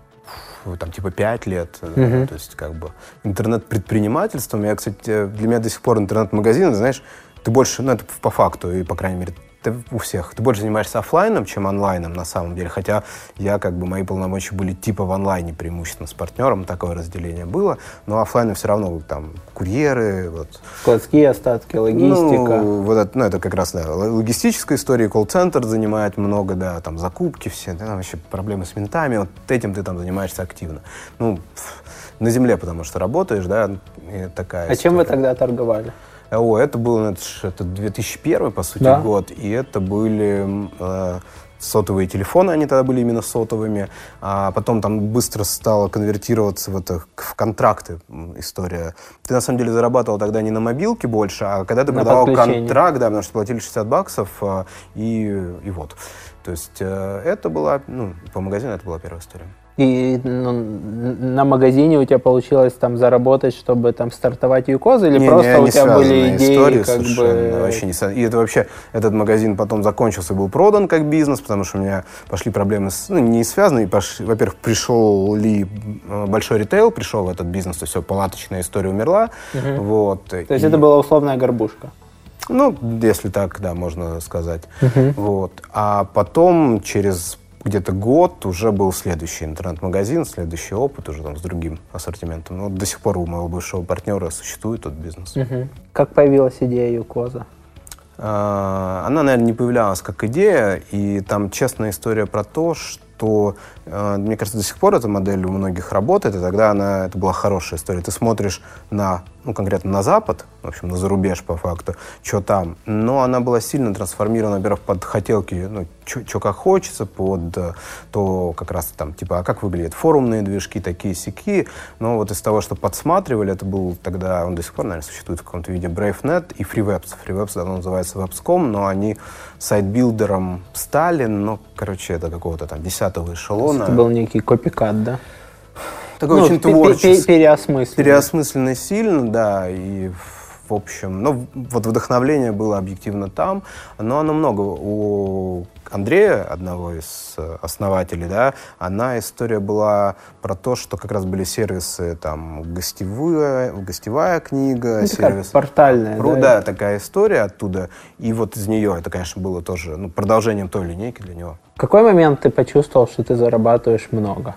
там типа 5 лет, то есть как бы интернет-предпринимательством. Я, кстати, для меня до сих пор интернет-магазин, знаешь, ты больше, ну это по факту, и по крайней мере у всех, ты больше занимаешься офлайном, чем онлайном на самом деле, хотя я как бы, мои полномочия были типа в онлайне преимущественно с партнером, такое разделение было, но офлайном все равно там курьеры, вот. Складские остатки, логистика. Ну, вот это, ну, это как раз, да, логистическая история, колл-центр занимает много, да, там закупки все, да, вообще проблемы с ментами, вот этим ты там занимаешься активно. Ну, на земле, потому что работаешь, да, и такая история. Чем вы тогда торговали? Это был это 2001, по сути, год, и это были сотовые телефоны, они тогда были именно сотовыми, а потом там быстро стало конвертироваться в контракты история. Ты, на самом деле, зарабатывал тогда не на мобилке больше, а когда ты продавал контракт, да, потому что платили $60, и вот. То есть это была, ну, по магазину это была первая история. И на магазине у тебя получилось там заработать, чтобы там стартовать Юкоза, или просто у тебя были идеи истории, как бы... Вообще не связаны. И это вообще, этот магазин потом закончился, был продан как бизнес, потому что у меня пошли проблемы, не связанные, во-первых, пришел ли большой ритейл, пришел в этот бизнес, то есть все, палаточная история умерла. Вот. То есть это была условная горбушка? Ну, если так, да, можно сказать. Вот. А потом через где-то год уже был следующий интернет-магазин, следующий опыт уже там с другим ассортиментом. Но до сих пор у моего бывшего партнера существует тот бизнес. Как появилась идея Юкоза? Она, наверное, не появлялась как идея, и там честная история про то, что, мне кажется, до сих пор эта модель у многих работает, и тогда это была хорошая история. Ты смотришь на, ну, конкретно на Запад, в общем, на зарубеж по факту, что там, но она была сильно трансформирована, во-первых, под хотелки, ну, что как хочется, под то как раз там, типа, а как выглядят форумные движки, такие-сяки, но вот из того, что подсматривали, это был тогда, он до сих пор, наверное, существует в каком-то виде, BraveNet и FreeWebs. FreeWebs давно называется Webscom, но они сайт-билдером стали, но, короче, это какого-то там 10-го эшелона. Это был некий копикат, да? такой очень творческий. Переосмысленный. Переосмысленный сильно, да, и в общем, ну, вот вдохновление было объективно там, но оно много. У Андрея, одного из основателей, да, история была про то, что как раз были сервисы, там, гостевая книга, ну, сервис... портальная, да? Да, такая история оттуда, и вот из нее это, конечно, было тоже, ну, продолжением той линейки для него. В какой момент ты почувствовал, что ты зарабатываешь много?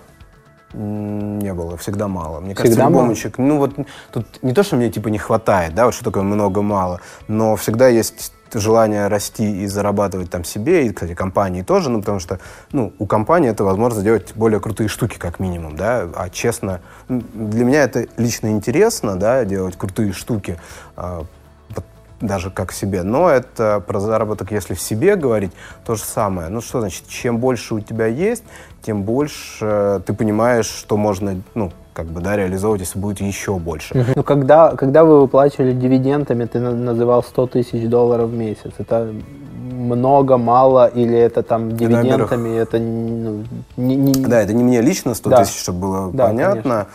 Не было, всегда мало. Мне всегда кажется, любому мало? человеку, ну вот тут не то, что мне типа не хватает, да, вот что такое много-мало, но всегда есть желание расти и зарабатывать там себе, и, кстати, компании тоже, ну, потому что, ну, у компании это возможность делать более крутые штуки, как минимум, да, а честно, для меня это лично интересно, да, делать крутые штуки, даже как себе, но это про заработок, если в себе говорить, то же самое. Ну, что значит, чем больше у тебя есть, тем больше ты понимаешь, что можно, ну, как бы, да, реализовывать, если будет еще больше. Ну, когда вы выплачивали дивидендами, ты называл $100 000 в месяц. Это много, мало, или это там дивидендами, это, ну, Да, это не мне лично 100 да. тысяч, чтобы было да, понятно. Конечно.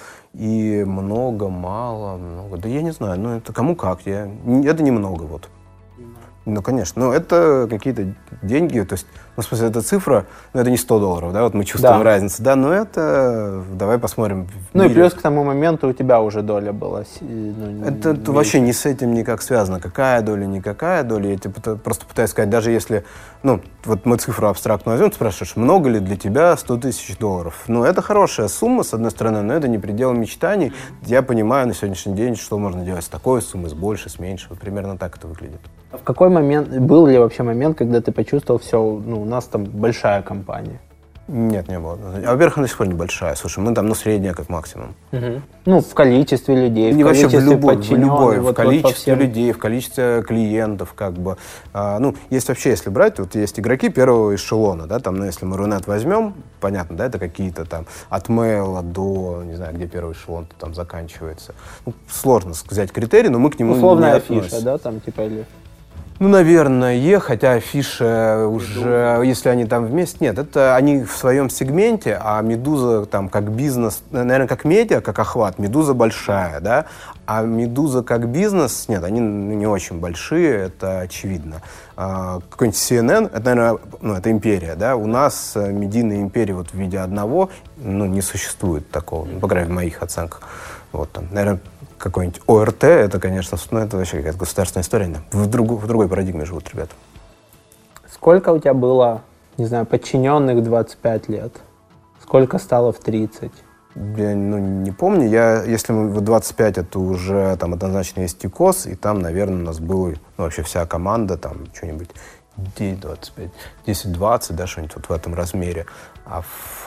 И много, мало, много. Да я не знаю, ну это кому как. Это немного, вот. Ну, конечно. Ну, это какие-то деньги, то есть, ну, в смысле, эта цифра, ну, это не $100, да, вот мы чувствуем да. разницу, да, но это, давай посмотрим. Ну, и плюс к тому моменту у тебя уже доля была. Ну, это вообще не с этим никак связано, какая доля, никакая доля, я тебе просто пытаюсь сказать, даже если, ну, вот мы цифру абстрактно возьмем, ты спрашиваешь, много ли для тебя $100 000? Ну, это хорошая сумма, с одной стороны, но это не предел мечтаний. Я понимаю на сегодняшний день, что можно делать с такой суммой, с большей, с меньшей, вот примерно так это выглядит. В какой момент, был ли вообще момент, когда ты почувствовал, все, ну, у нас там большая компания? Нет, не было. Во-первых, она до сих пор небольшая. Слушай, мы там, ну, средняя как максимум. Угу. Ну, в количестве людей, в количестве подчиненных. В количестве людей, в количестве клиентов, как бы. Ну, есть вообще, если брать, вот есть игроки первого эшелона, да, там, ну, если мы Рунет возьмем, понятно, да, это какие-то там от мейла до, не знаю, где первый эшелон там заканчивается. Ну, сложно взять критерий, но мы к нему условная не относимся. афиша, да, там, типа, или... Ну, наверное, хотя Афиша уже, если они там вместе, нет, это они в своем сегменте, а Медуза там как бизнес, наверное, как медиа, как охват, Медуза большая, да, а Медуза как бизнес, нет, они не очень большие, это очевидно. Какой-нибудь CNN, это, наверное, ну, это империя, да, у нас медийной империи вот в виде одного, ну, не существует такого, ну, по крайней мере, в моих оценках. Вот там, наверное, какой-нибудь ОРТ, это, конечно, ну, это вообще какая-то государственная история. В другой парадигме живут ребята. Сколько у тебя было, не знаю, подчиненных 25 лет? Сколько стало в 30? Я, ну, не помню. Если мы в 25, это уже там однозначно есть ЮКОС, и там, наверное, у нас была, ну, вообще вся команда, там, что-нибудь 10-25, 10-20, да, что-нибудь вот в этом размере. А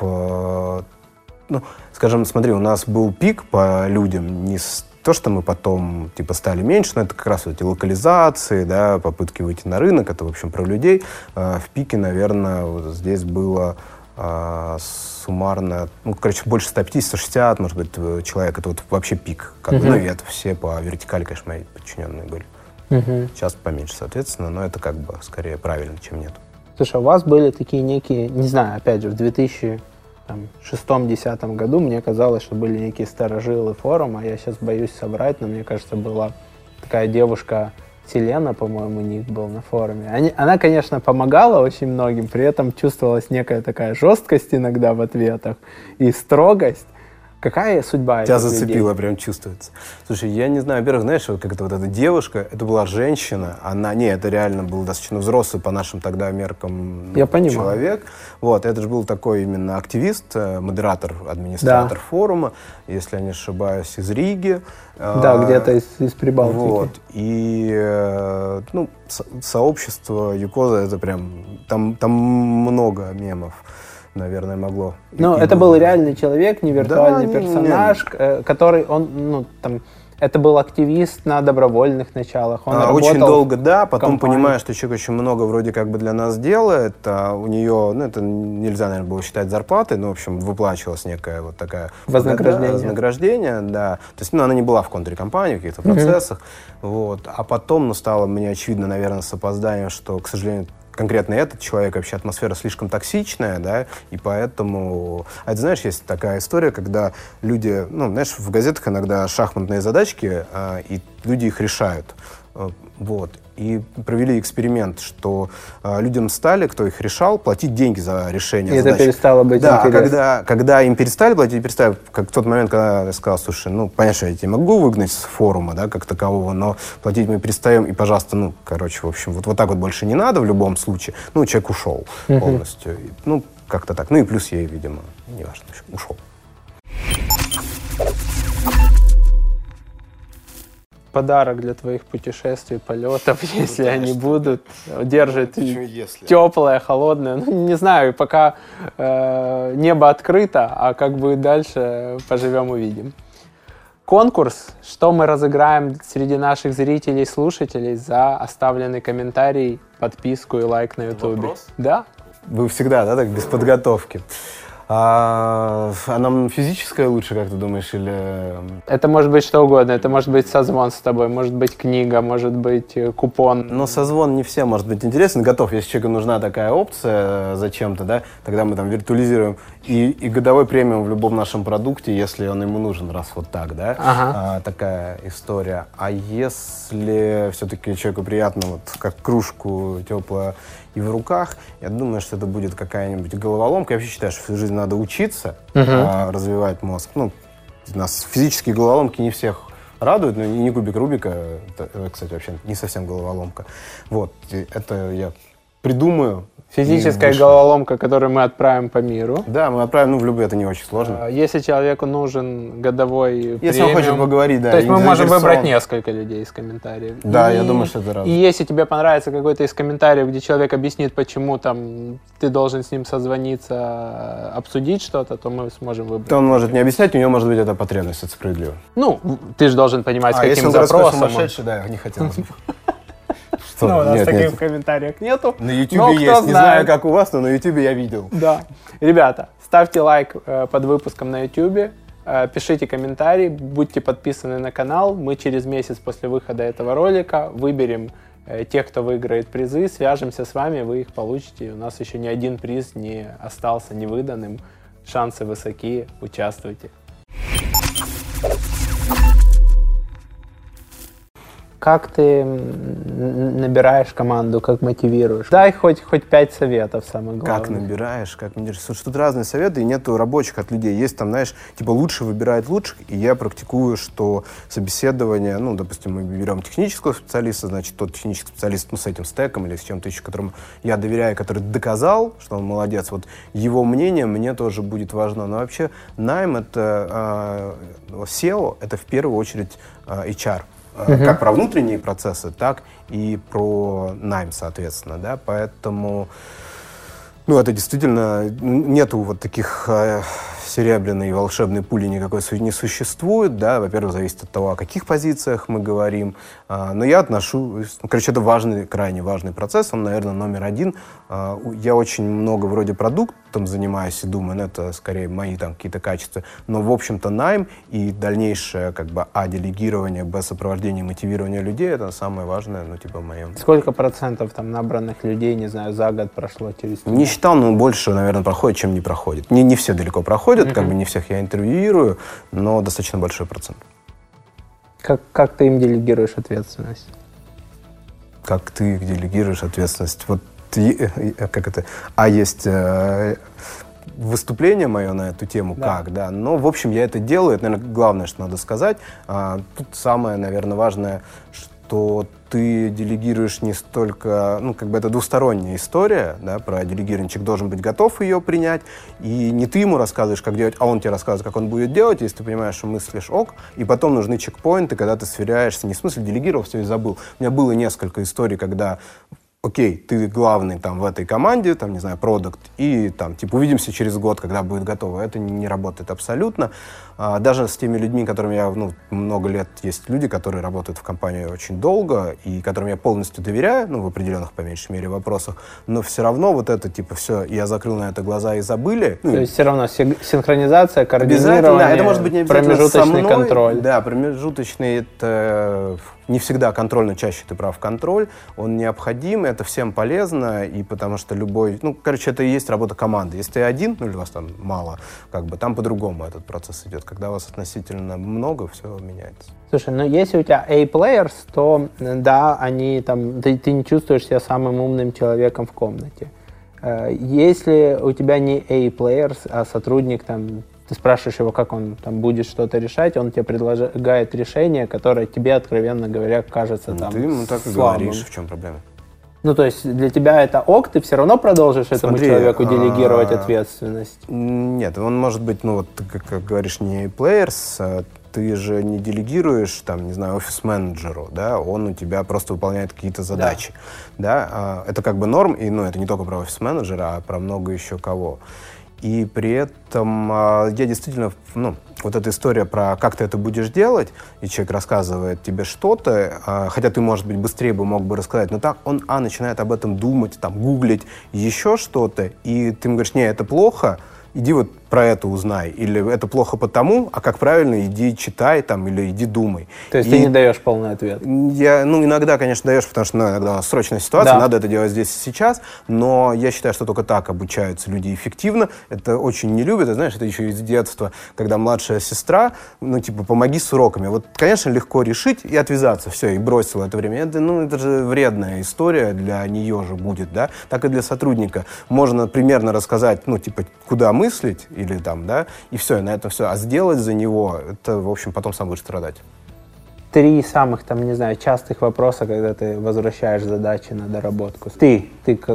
ну, скажем, смотри, у нас был пик по людям, не то, что мы потом, типа, стали меньше, но это как раз вот эти локализации, да, попытки выйти на рынок, это, в общем, про людей. В пике, наверное, вот здесь было суммарно, ну, короче, больше 150-160, может быть, человек, это вот вообще пик. Как бы, ну, и это все по вертикали, конечно, мои подчиненные были. Сейчас поменьше, соответственно, но это как бы скорее правильно, чем нет. Слушай, у вас были такие некие, не знаю, опять же, в 2006-2010 году мне казалось, что были некие старожилы форума. Я сейчас боюсь соврать, но мне кажется, была такая девушка Селена, по-моему, ник был на форуме. Она, конечно, помогала очень многим, при этом чувствовалась некая такая жесткость иногда в ответах и строгость. Какая судьба Тебя этих зацепило, людей? прям чувствуется. Слушай, я не знаю, во-первых, знаешь, вот как это вот эта девушка, это была женщина, это реально был достаточно взрослый по нашим тогда меркам человек. Вот, это же был такой именно активист, модератор, администратор форума, если я не ошибаюсь, из Риги. Да, где-то из Прибалтики. Вот, и, ну, сообщество ЮКОЗа, это прям, там много мемов. Наверное, могло. Ну, это был реальный человек, не виртуальный персонаж, который, это был активист на добровольных началах. Он очень долго, да, потом понимая, что человек очень много вроде как бы для нас делает, у нее, ну, это нельзя, наверное, было считать зарплатой, но, в общем, выплачивалась некая вот такая... Вознаграждение, да. То есть, ну, она не была в контркомпании, в каких-то процессах, вот. А потом, ну, стало мне очевидно, наверное, с опозданием, что, к сожалению, конкретно этот человек, вообще атмосфера слишком токсичная, да, и поэтому... А ты знаешь, есть такая история, когда люди, ну, знаешь, в газетах иногда шахматные задачки, и люди их решают. Вот. И провели эксперимент, что людям стали, кто их решал, платить деньги за решение задач. И это перестало быть интересно. Да, когда им перестали платить, как в тот момент, когда я сказал, слушай, ну, понятно, что я тебя могу выгнать с форума, да, как такового, но платить мы перестаем, и, пожалуйста, ну, короче, в общем, вот так вот больше не надо в любом случае. Ну, человек ушел полностью. Ну, как-то так. Ну, и плюс ей, видимо, неважно, ушел. Подарок для твоих путешествий, полетов, если они будут, держит теплое, холодное. Ну, не знаю, пока небо открыто, а как будет дальше, поживем, увидим. Конкурс, что мы разыграем среди наших зрителей, слушателей за оставленный комментарий, подписку и лайк на YouTube. Вопрос? Да. Вы всегда, да, так, без подготовки. А нам физическое лучше, как ты думаешь, или... Это может быть что угодно. Это может быть созвон с тобой, может быть книга, может быть купон. Но созвон не всем может быть интересен. Готов, если человеку нужна такая опция зачем-то, да, тогда мы там виртуализируем и годовой премиум в любом нашем продукте, если он ему нужен, раз вот так, да, такая история. А если все-таки человеку приятно, вот как кружку теплая и в руках, я думаю, что это будет какая-нибудь головоломка. Я вообще считаю, что всю жизнь надо учиться, развивать мозг. Ну, у нас физические головоломки не всех радуют, но и не кубик Рубика, это, кстати, вообще не совсем головоломка. Вот, это я придумаю. Физическая головоломка, которую мы отправим по миру. Да, мы отправим, ну, в любые, это не очень сложно. Если человеку нужен годовой премиум... Если он хочет поговорить, да. То есть мы можем выбрать несколько людей из комментариев. Да, я думаю, что это разное. И если тебе понравится какой-то из комментариев, где человек объяснит, почему там ты должен с ним созвониться, обсудить что-то, то мы сможем выбрать. То он может не объяснять, у него может быть эта потребность, это справедливо. Ну, ты же должен понимать, с каким если он запросом. сумасшедший, да, я не хотел. Ну, у нас таких в комментариях нету. На YouTube есть, не знаю, как у вас, но на YouTube я видел. Да. Ребята, ставьте лайк под выпуском на YouTube, пишите комментарии, будьте подписаны на канал. Мы через месяц после выхода этого ролика выберем тех, кто выиграет призы, свяжемся с вами, вы их получите. У нас еще ни один приз не остался невыданным. Шансы высоки, участвуйте. Как ты набираешь команду, как мотивируешь? Дай хоть 5 советов, самое главное. Как набираешь, как мотивируешь. Слушай, тут разные советы, и нету рабочих от людей. Есть там, знаешь, типа лучше выбирает лучших, и я практикую, что собеседование, ну, допустим, мы берем технического специалиста, значит, тот технический специалист, ну, с этим стеком или с чем-то еще, которому я доверяю, который доказал, что он молодец, вот его мнение мне тоже будет важно. Но вообще найм — это SEO, это в первую очередь HR. Как про внутренние процессы, так и про найм, соответственно, да, поэтому, ну, это действительно, нету вот таких серебряной волшебной пули никакой не существует, да, во-первых, зависит от того, о каких позициях мы говорим, но я отношусь, ну, короче, это важный, крайне важный процесс, он, наверное, номер один. Я очень много вроде продуктом занимаюсь и думаю, ну, это скорее мои там какие-то качества, но, в общем-то, найм и дальнейшее, как бы, делегирование, сопровождение, мотивирование людей, это самое важное, ну, типа, в моем. Сколько процентов там набранных людей, не знаю, за год прошло через тебя? Не считал, но больше, наверное, проходит, чем не проходит. Не все далеко проходят, как бы не всех я интервьюирую, но достаточно большой процент. Как ты им делегируешь ответственность? Как ты делегируешь ответственность? Вот как это? Есть выступление мое на эту тему, да. Как, да. Но, в общем, я это делаю. Это, наверное, главное, что надо сказать. Тут самое, наверное, важное, что ты делегируешь не столько, ну, как бы это двусторонняя история, да, про делегирование. Человек должен быть готов ее принять, и не ты ему рассказываешь, как делать, а он тебе рассказывает, как он будет делать, если ты понимаешь, что мыслишь ок, и потом нужны чекпоинты, когда ты сверяешься, не в смысле делегировал, все и забыл. У меня было несколько историй, когда окей, ты главный там в этой команде, там, не знаю, продукт, и там, типа, увидимся через год, когда будет готово. Это не работает абсолютно. Даже с теми людьми, которым я, ну, много лет, есть люди, которые работают в компании очень долго, и которым я полностью доверяю, ну, в определенных, по меньшей мере, вопросах, но все равно вот это, типа, все, я закрыл на это глаза и забыли. То есть все равно синхронизация, координирование, это может быть не обязательно промежуточный со мной, контроль. Да, промежуточный, это не всегда контроль, но чаще ты прав, контроль, он необходим, это всем полезно, и потому что любой, это и есть работа команды. Если ты один, или вас там мало, там по-другому этот процесс идет. Когда вас относительно много, все меняется. Слушай, если у тебя A-players, то да, они там, ты не чувствуешь себя самым умным человеком в комнате. Если у тебя не A-players, а сотрудник там, ты спрашиваешь его, как он там будет что-то решать, он тебе предлагает решение, которое тебе, откровенно говоря, кажется там ты ему так и слабым. говоришь, в чем проблема. То есть для тебя это ок, ты все равно продолжишь этому человеку делегировать ответственность? Нет, он может быть, как говоришь, не A-players, ты же не делегируешь, офис-менеджеру, да, он у тебя просто выполняет какие-то задачи, да, это норм, и, это не только про офис-менеджера, а про много еще кого. И при этом я действительно, вот эта история про как ты это будешь делать, и человек рассказывает тебе что-то, хотя ты, может быть, быстрее мог бы рассказать, но так он, начинает об этом думать, гуглить еще что-то, и ты ему говоришь, не, это плохо, иди вот про это узнай, или это плохо потому, а как правильно, иди читай или иди думай. То есть ты не даешь полный ответ? Я, иногда, конечно, даешь, потому что иногда у нас срочная ситуация, надо это делать здесь и сейчас, но я считаю, что только так обучаются люди эффективно. Это очень не любят, это еще из детства, когда младшая сестра, помоги с уроками. Вот, конечно, легко решить и отвязаться, все, и бросила это время. Это же вредная история для нее же будет, да, так и для сотрудника. Можно примерно рассказать, куда мыслить, или и все, и на этом все. А сделать за него, это, в общем, потом сам будешь страдать. 3 самых, частых вопроса, когда ты возвращаешь задачи на доработку. Ты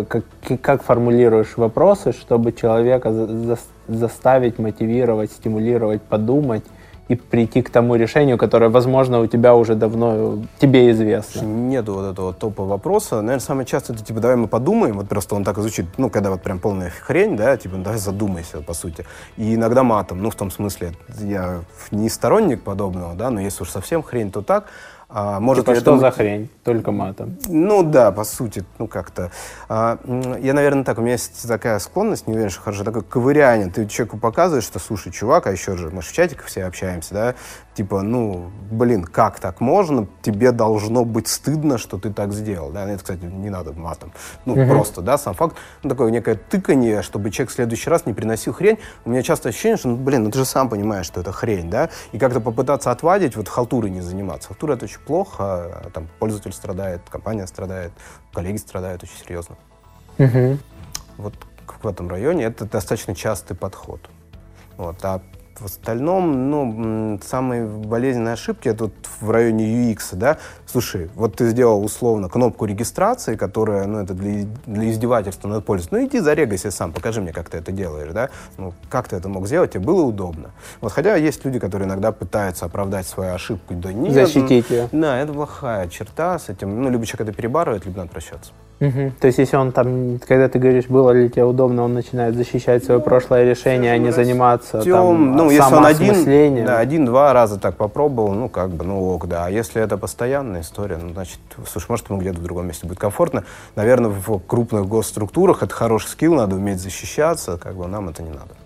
как формулируешь вопросы, чтобы человека заставить, мотивировать, стимулировать, подумать и прийти к тому решению, которое, возможно, у тебя уже давно тебе известно? Нету вот этого топа вопроса. Наверное, самое частое это, давай мы подумаем, вот просто он так и звучит, когда вот прям полная хрень, да, давай задумайся, по сути. И иногда матом, в том смысле, я не сторонник подобного, да, но если уж совсем хрень, то так. Может, что за хрень? Только матом. Да, по сути, как-то. Я, наверное, у меня есть такая склонность, не уверен, что хорошо, такое ковыряние. Ты человеку показываешь, что, слушай, чувак, а еще же, мы же в чатиках все общаемся, да, как так можно? Тебе должно быть стыдно, что ты так сделал, да, это, кстати, не надо матом. Просто, да, сам факт, такое некое тыканье, чтобы человек в следующий раз не приносил хрень. У меня часто ощущение, что, ты же сам понимаешь, что это хрень, да, и как-то попытаться отвадить, халтурой не заниматься. Халтура — это очень плохо, пользователь страдает, компания страдает, коллеги страдают очень серьезно. Вот в этом районе это достаточно частый подход. А в остальном, самые болезненные ошибки это в районе UX, да. Слушай, вот ты сделал условно кнопку регистрации, которая, это для издевательства над пользователем. Иди зарегайся сам, покажи мне, как ты это делаешь, да. Как ты это мог сделать, тебе было удобно. Хотя есть люди, которые иногда пытаются оправдать свою ошибку. Да нет, защитить ее. Да, это плохая черта с этим. Либо человек это перебарывает, либо надо прощаться. То есть, если он когда ты говоришь, было ли тебе удобно, он начинает защищать свое прошлое решение, а не заниматься если он самоосмыслением. 1-2 раза так попробовал, ок, да. А если это постоянная история, значит, слушай, может, ему где-то в другом месте будет комфортно. Наверное, в крупных госструктурах это хороший скилл, надо уметь защищаться, нам это не надо.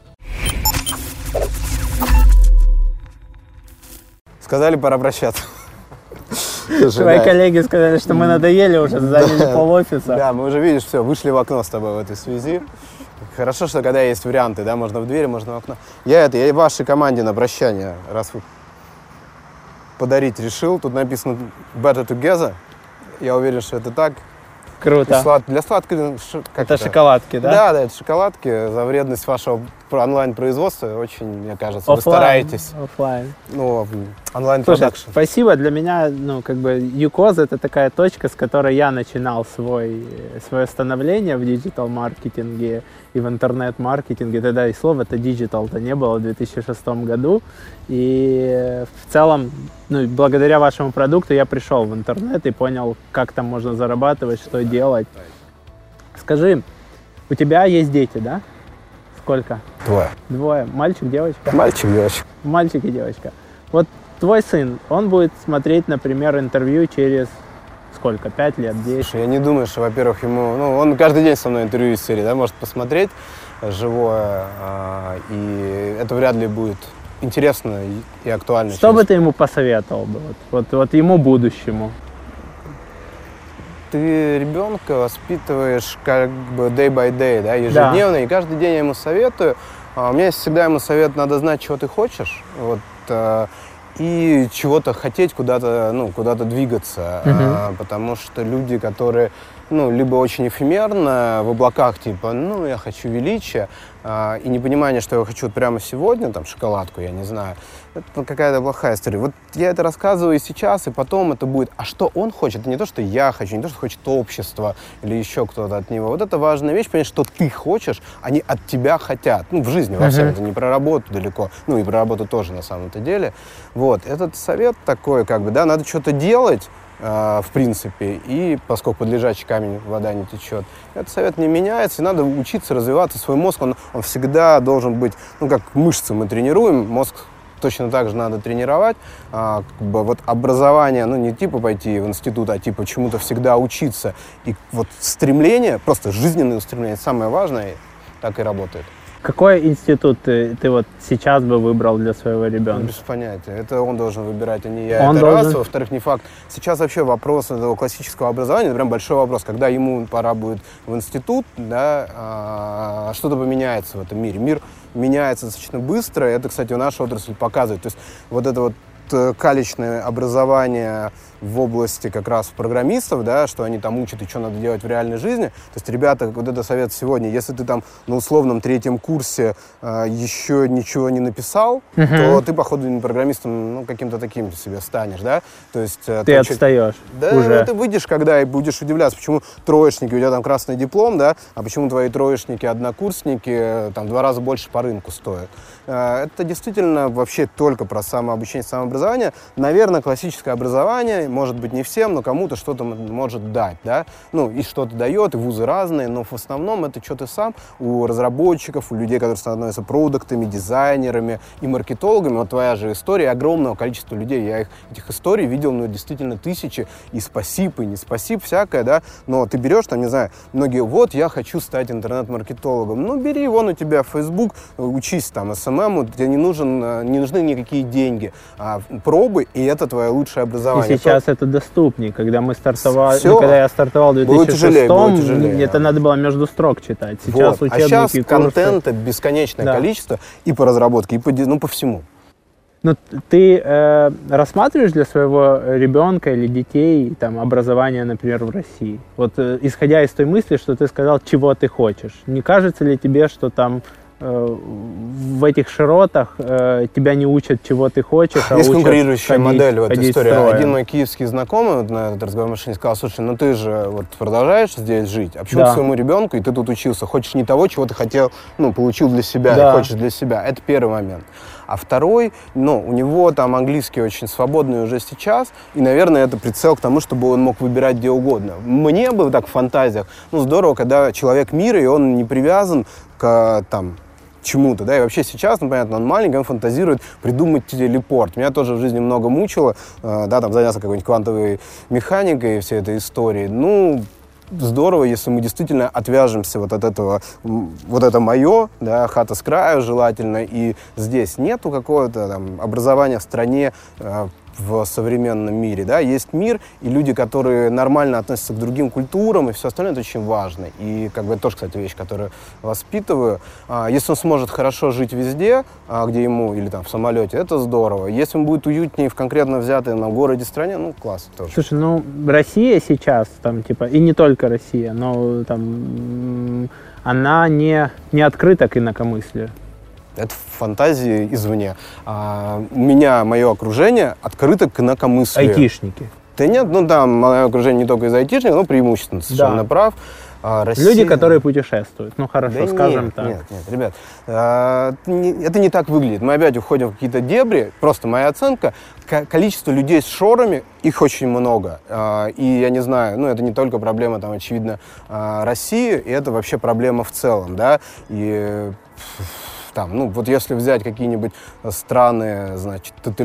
Сказали, пора прощаться. Твои коллеги сказали, что мы надоели уже, заняли пол-офиса. Да, мы уже, видишь, все, вышли в окно с тобой в этой связи. Хорошо, что когда есть варианты, да, можно в двери, можно в окно. Я вашей команде на прощание, раз вы подарить решил, тут написано Better Together. Я уверен, что это так. Круто. Для сладкой... Это шоколадки, да? Да, это шоколадки. За вредность вашего онлайн-производства очень, мне кажется, вы стараетесь. Оффлайн. Онлайн-продакшн. Спасибо. Для меня, UCOS — это такая точка, с которой я начинал свое становление в диджитал-маркетинге и в интернет-маркетинге. Тогда и слова-то диджитал-то не было в 2006 году. И в целом, благодаря вашему продукту я пришел в интернет и понял, как там можно зарабатывать, что делать. Скажи, у тебя есть дети, да? Сколько? 2. 2. Мальчик, девочка? Мальчик, девочка. Мальчик и девочка. Вот твой сын, он будет смотреть, например, интервью через сколько? 5 лет, 10? Слушай, я не думаю, что, во-первых, ему... он каждый день со мной интервью из серии, да, может посмотреть живое, и это вряд ли будет интересно и актуально. Что бы ты ему посоветовал бы? Вот ему будущему. Ты ребенка воспитываешь как бы day by day, да, ежедневно, и каждый день я ему советую. У меня есть всегда ему совет: надо знать, чего ты хочешь, вот, и чего-то хотеть, куда-то двигаться, потому что люди, которые, либо очень эфемерно в облаках, типа, я хочу величия, и непонимание, что я хочу прямо сегодня, там, шоколадку, я не знаю, это какая-то плохая история. Вот я это рассказываю и сейчас, и потом это будет. А что он хочет? Это не то, что я хочу, не то, что хочет общество или еще кто-то от него. Вот это важная вещь, понять, что ты хочешь, они от тебя хотят. В жизни во всем. Это не про работу далеко. И про работу тоже на самом-то деле. Вот. Этот совет такой, надо что-то делать, в принципе, и поскольку под лежачий камень вода не течет, этот совет не меняется, и надо учиться развиваться. Свой мозг, он всегда должен быть, как мышцы мы тренируем, мозг точно так же надо тренировать. Вот образование, не типа пойти в институт, а типа чему-то всегда учиться. И вот стремление, просто жизненное устремление, самое важное, так и работает. Какой институт ты вот сейчас бы выбрал для своего ребенка? Без понятия. Это он должен выбирать, а не я. Он это должен... раз. Во-вторых, не факт. Сейчас вообще вопрос этого классического образования, это прям большой вопрос. Когда ему пора будет в институт, да, что-то поменяется в этом мире. Мир меняется достаточно быстро. Это, кстати, наша отрасль показывает. То есть вот это вот калечное образование в области как раз программистов, да, что они там учат и что надо делать в реальной жизни. То есть, ребята, вот это совет сегодня, если ты там на условном 3-м курсе еще ничего не написал, то ты, походу, не программистом, каким-то таким себе станешь, да. То есть, ты отстаешь. Да, уже. Ты выйдешь, когда и будешь удивляться, почему троечники, у тебя там красный диплом, да, а почему твои троечники, однокурсники там 2 раза больше по рынку стоят. Это действительно вообще только про самообучение, самообразование. Наверное, классическое образование, может быть, не всем, но кому-то что-то может дать, да, и что-то дает, и вузы разные, но в основном это что ты сам у разработчиков, у людей, которые становятся продуктами, дизайнерами и маркетологами. Вот твоя же история, огромного количества людей, я этих историй видел, действительно тысячи, и спасибо, и не спасибо, всякое, да, но ты берешь, там, не знаю, многие, вот, я хочу стать интернет-маркетологом, бери, вон у тебя Facebook, учись там SMM, тебе не нужны никакие деньги, пробуй, и это твое лучшее образование. И сейчас это доступнее. Когда мы стартовали, когда я стартовал в 2006, это надо было между строк читать. Сейчас вот. учебники, сейчас курсы. Контента бесконечное количество и по разработке, и по всему. Но ты рассматриваешь для своего ребенка или детей там, образование, например, в России? Вот исходя из той мысли, что ты сказал, чего ты хочешь. Не кажется ли тебе, что там в этих широтах тебя не учат, чего ты хочешь, а есть учат конкурирующая модель в этой истории. Строем. Один мой киевский знакомый на этот разговор в машине сказал: слушай, ты же продолжаешь здесь жить, а почему ты своему ребенку, и ты тут учился, хочешь не того, чего ты хотел, получил для себя, и хочешь для себя. Это первый момент. А второй, у него там английский очень свободный уже сейчас, и, наверное, это прицел к тому, чтобы он мог выбирать где угодно. Мне бы так в фантазиях, здорово, когда человек мира, и он не привязан к чему-то, да, и вообще сейчас, понятно, он маленький, он фантазирует придумать телепорт. Меня тоже в жизни много мучило, заняться какой-нибудь квантовой механикой и всей этой истории. Здорово, если мы действительно отвяжемся от этого, вот это мое, да, хата с краю желательно, и здесь нету какого-то образования в стране, в современном мире, да, есть мир, и люди, которые нормально относятся к другим культурам, и все остальное, это очень важно. И это тоже, кстати, вещь, которую воспитываю. Если он сможет хорошо жить везде, где ему, или в самолете, это здорово. Если он будет уютнее в конкретно взятой городе, стране, класс тоже. Слушай, Россия сейчас, и не только Россия, но она не открыта к инакомыслию. Это фантазии извне. У меня, мое окружение открыто к инакомыслию. Айтишники. Да нет, мое окружение не только из айтишников, но преимущественно совершенно прав. Россия... Люди, которые путешествуют. Хорошо, скажем так. Нет, ребят, это не так выглядит. Мы опять уходим в какие-то дебри. Просто моя оценка, количество людей с шорами, их очень много. И я не знаю, это не только проблема, очевидно, России, и это вообще проблема в целом, да. И вот если взять какие-нибудь страны,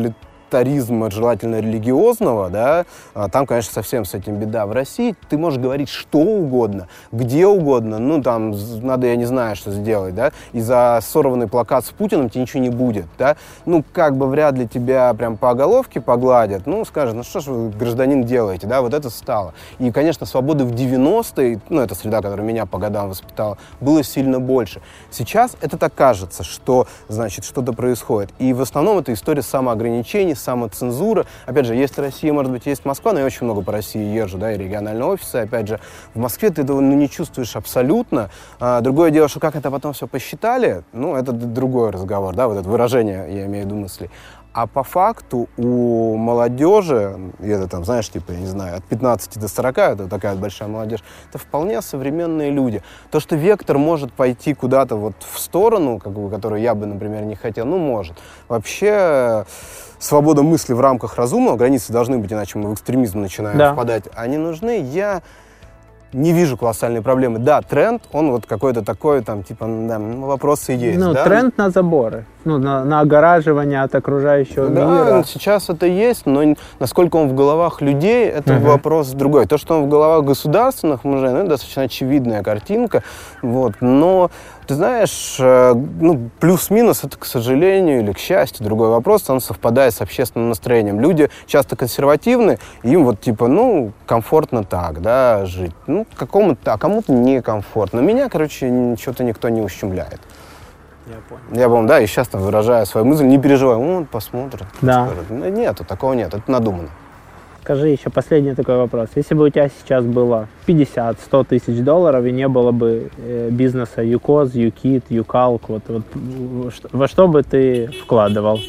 авторитаризма, желательно религиозного, да, там, конечно, совсем с этим беда. В России ты можешь говорить что угодно, где угодно, ну, там, надо, я не знаю, что сделать, да, и за сорванный плакат с Путиным тебе ничего не будет, да, ну, как бы вряд ли тебя прям по головке погладят, ну, скажут, ну, что ж вы, гражданин, делаете, да, вот это стало. И, конечно, свободы в 90-е, ну, это среда, которая меня по годам воспитала, было сильно больше. Сейчас это так кажется, что, значит, что-то происходит. И в основном это история самоограничений, самоцензуры. Опять же, есть Россия, может быть, есть Москва, но я очень много по России езжу, да, и региональные офисы. Опять же, в Москве ты этого не чувствуешь абсолютно. Другое дело, что как это потом все посчитали, ну, это другой разговор, да, вот это выражение, я имею в виду мысли. А по факту у молодежи, и это там, знаешь, типа, я не знаю, от 15 до 40, это такая большая молодежь, это вполне современные люди. То, что вектор может пойти куда-то вот в сторону, как бы, которую я бы, например, не хотел, ну, может. Вообще, свобода мысли в рамках разумного, границы должны быть, иначе мы в экстремизм начинаем впадать, они нужны. Я не вижу колоссальной проблемы. Да, тренд, он вот какой-то такой, там, типа, да, вопросы есть. Ну, да? Тренд на заборы, ну, на огораживание от окружающего мира. Да, сейчас это есть, но насколько он в головах людей, это вопрос другой. То, что он в головах государственных мужей, ну, это достаточно очевидная картинка, вот, но ты знаешь, ну, плюс-минус, это, к сожалению или к счастью, другой вопрос, он совпадает с общественным настроением. Люди часто консервативны, им вот типа, ну, комфортно так, да, жить. Ну, кому-то, а кому-то некомфортно. Меня, короче, что-то никто не ущемляет. Я понял. Я, по-моему, да, и сейчас там выражаю свою мысль, не переживай, он посмотрит. Да. Скажет. Нет, такого нет, это надумано. Скажи еще последний такой вопрос. Если бы у тебя сейчас было 50-100 тысяч долларов и не было бы бизнеса ЮКОЗ, ЮКИТ, ЮКАЛК, вот, во что бы ты вкладывал?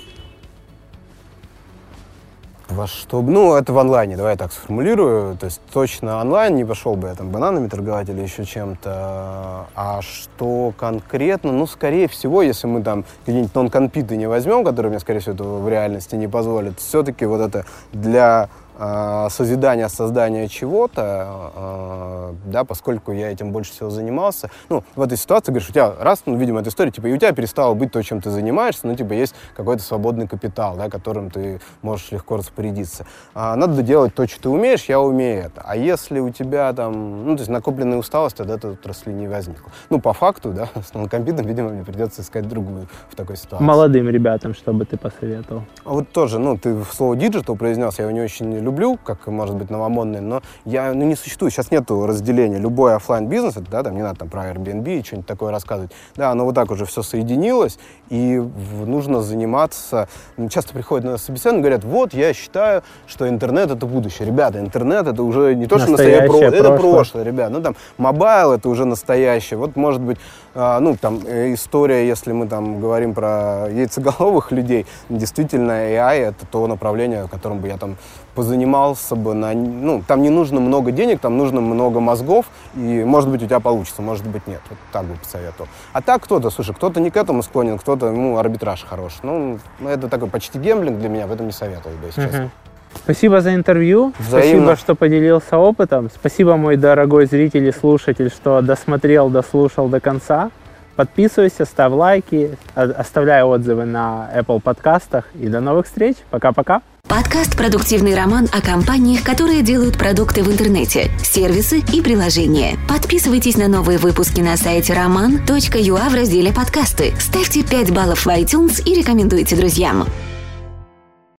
Во что? Ну, это в онлайне, давай я так сформулирую. То есть точно онлайн, не пошел бы я там бананами торговать или еще чем-то. А что конкретно? Ну, скорее всего, если мы там какие-нибудь нон-конпиты не возьмем, которые мне, скорее всего, этого в реальности не позволят, все-таки вот это для созидания, создания чего-то, да, поскольку я этим больше всего занимался. Ну, в этой ситуации, говоришь, у тебя раз, ну, видимо, эта история, типа, и у тебя перестало быть то, чем ты занимаешься, ну, типа, есть какой-то свободный капитал, да, которым ты можешь легко распорядиться. Надо делать то, что ты умеешь, я умею это. А если у тебя там, ну, то есть накопленная усталость, тогда этой отрасли не возникла. Ну, по факту, да, с нон-компитом, видимо, мне придется искать другую в такой ситуации. Молодым ребятам, что бы ты посоветовал? А вот тоже, ну, ты слово digital произнес, я его не очень люблю, как, может быть, новомодный, но я, ну, не существует, сейчас нету разделения. Любой офлайн бизнес, да, там не надо там про Airbnb и что-нибудь такое рассказывать. Да, оно вот так уже все соединилось, и нужно заниматься. Часто приходят на собеседование и говорят, вот, я считаю, что интернет — это будущее. Ребята, интернет — это уже не то, что настоящее прошлое. Это прошлое, ребят. Ну, там, мобайл — это уже настоящее. Вот, может быть, ну, там, история, если мы там говорим про яйцеголовых людей, действительно, AI — это то направление, которым бы я там позанимался бы, ну, там не нужно много денег, там нужно много мозгов, и, может быть, у тебя получится, может быть, нет. Вот так бы посоветовал. А так кто-то, слушай, кто-то не к этому склонен, кто-то, ему арбитраж хорош. Ну, это такой почти гемблинг для меня, в этом не советовал бы, если честно. Спасибо за интервью. Взаимно. Спасибо, что поделился опытом. Спасибо, мой дорогой зритель и слушатель, что досмотрел, дослушал до конца. Подписывайся, ставь лайки, оставляй отзывы на Apple подкастах. И до новых встреч. Пока-пока. Подкаст «Продуктивный роман» о компаниях, которые делают продукты в интернете, сервисы и приложения. Подписывайтесь на новые выпуски на сайте roman.ua в разделе «Подкасты». Ставьте 5 баллов в iTunes и рекомендуйте друзьям.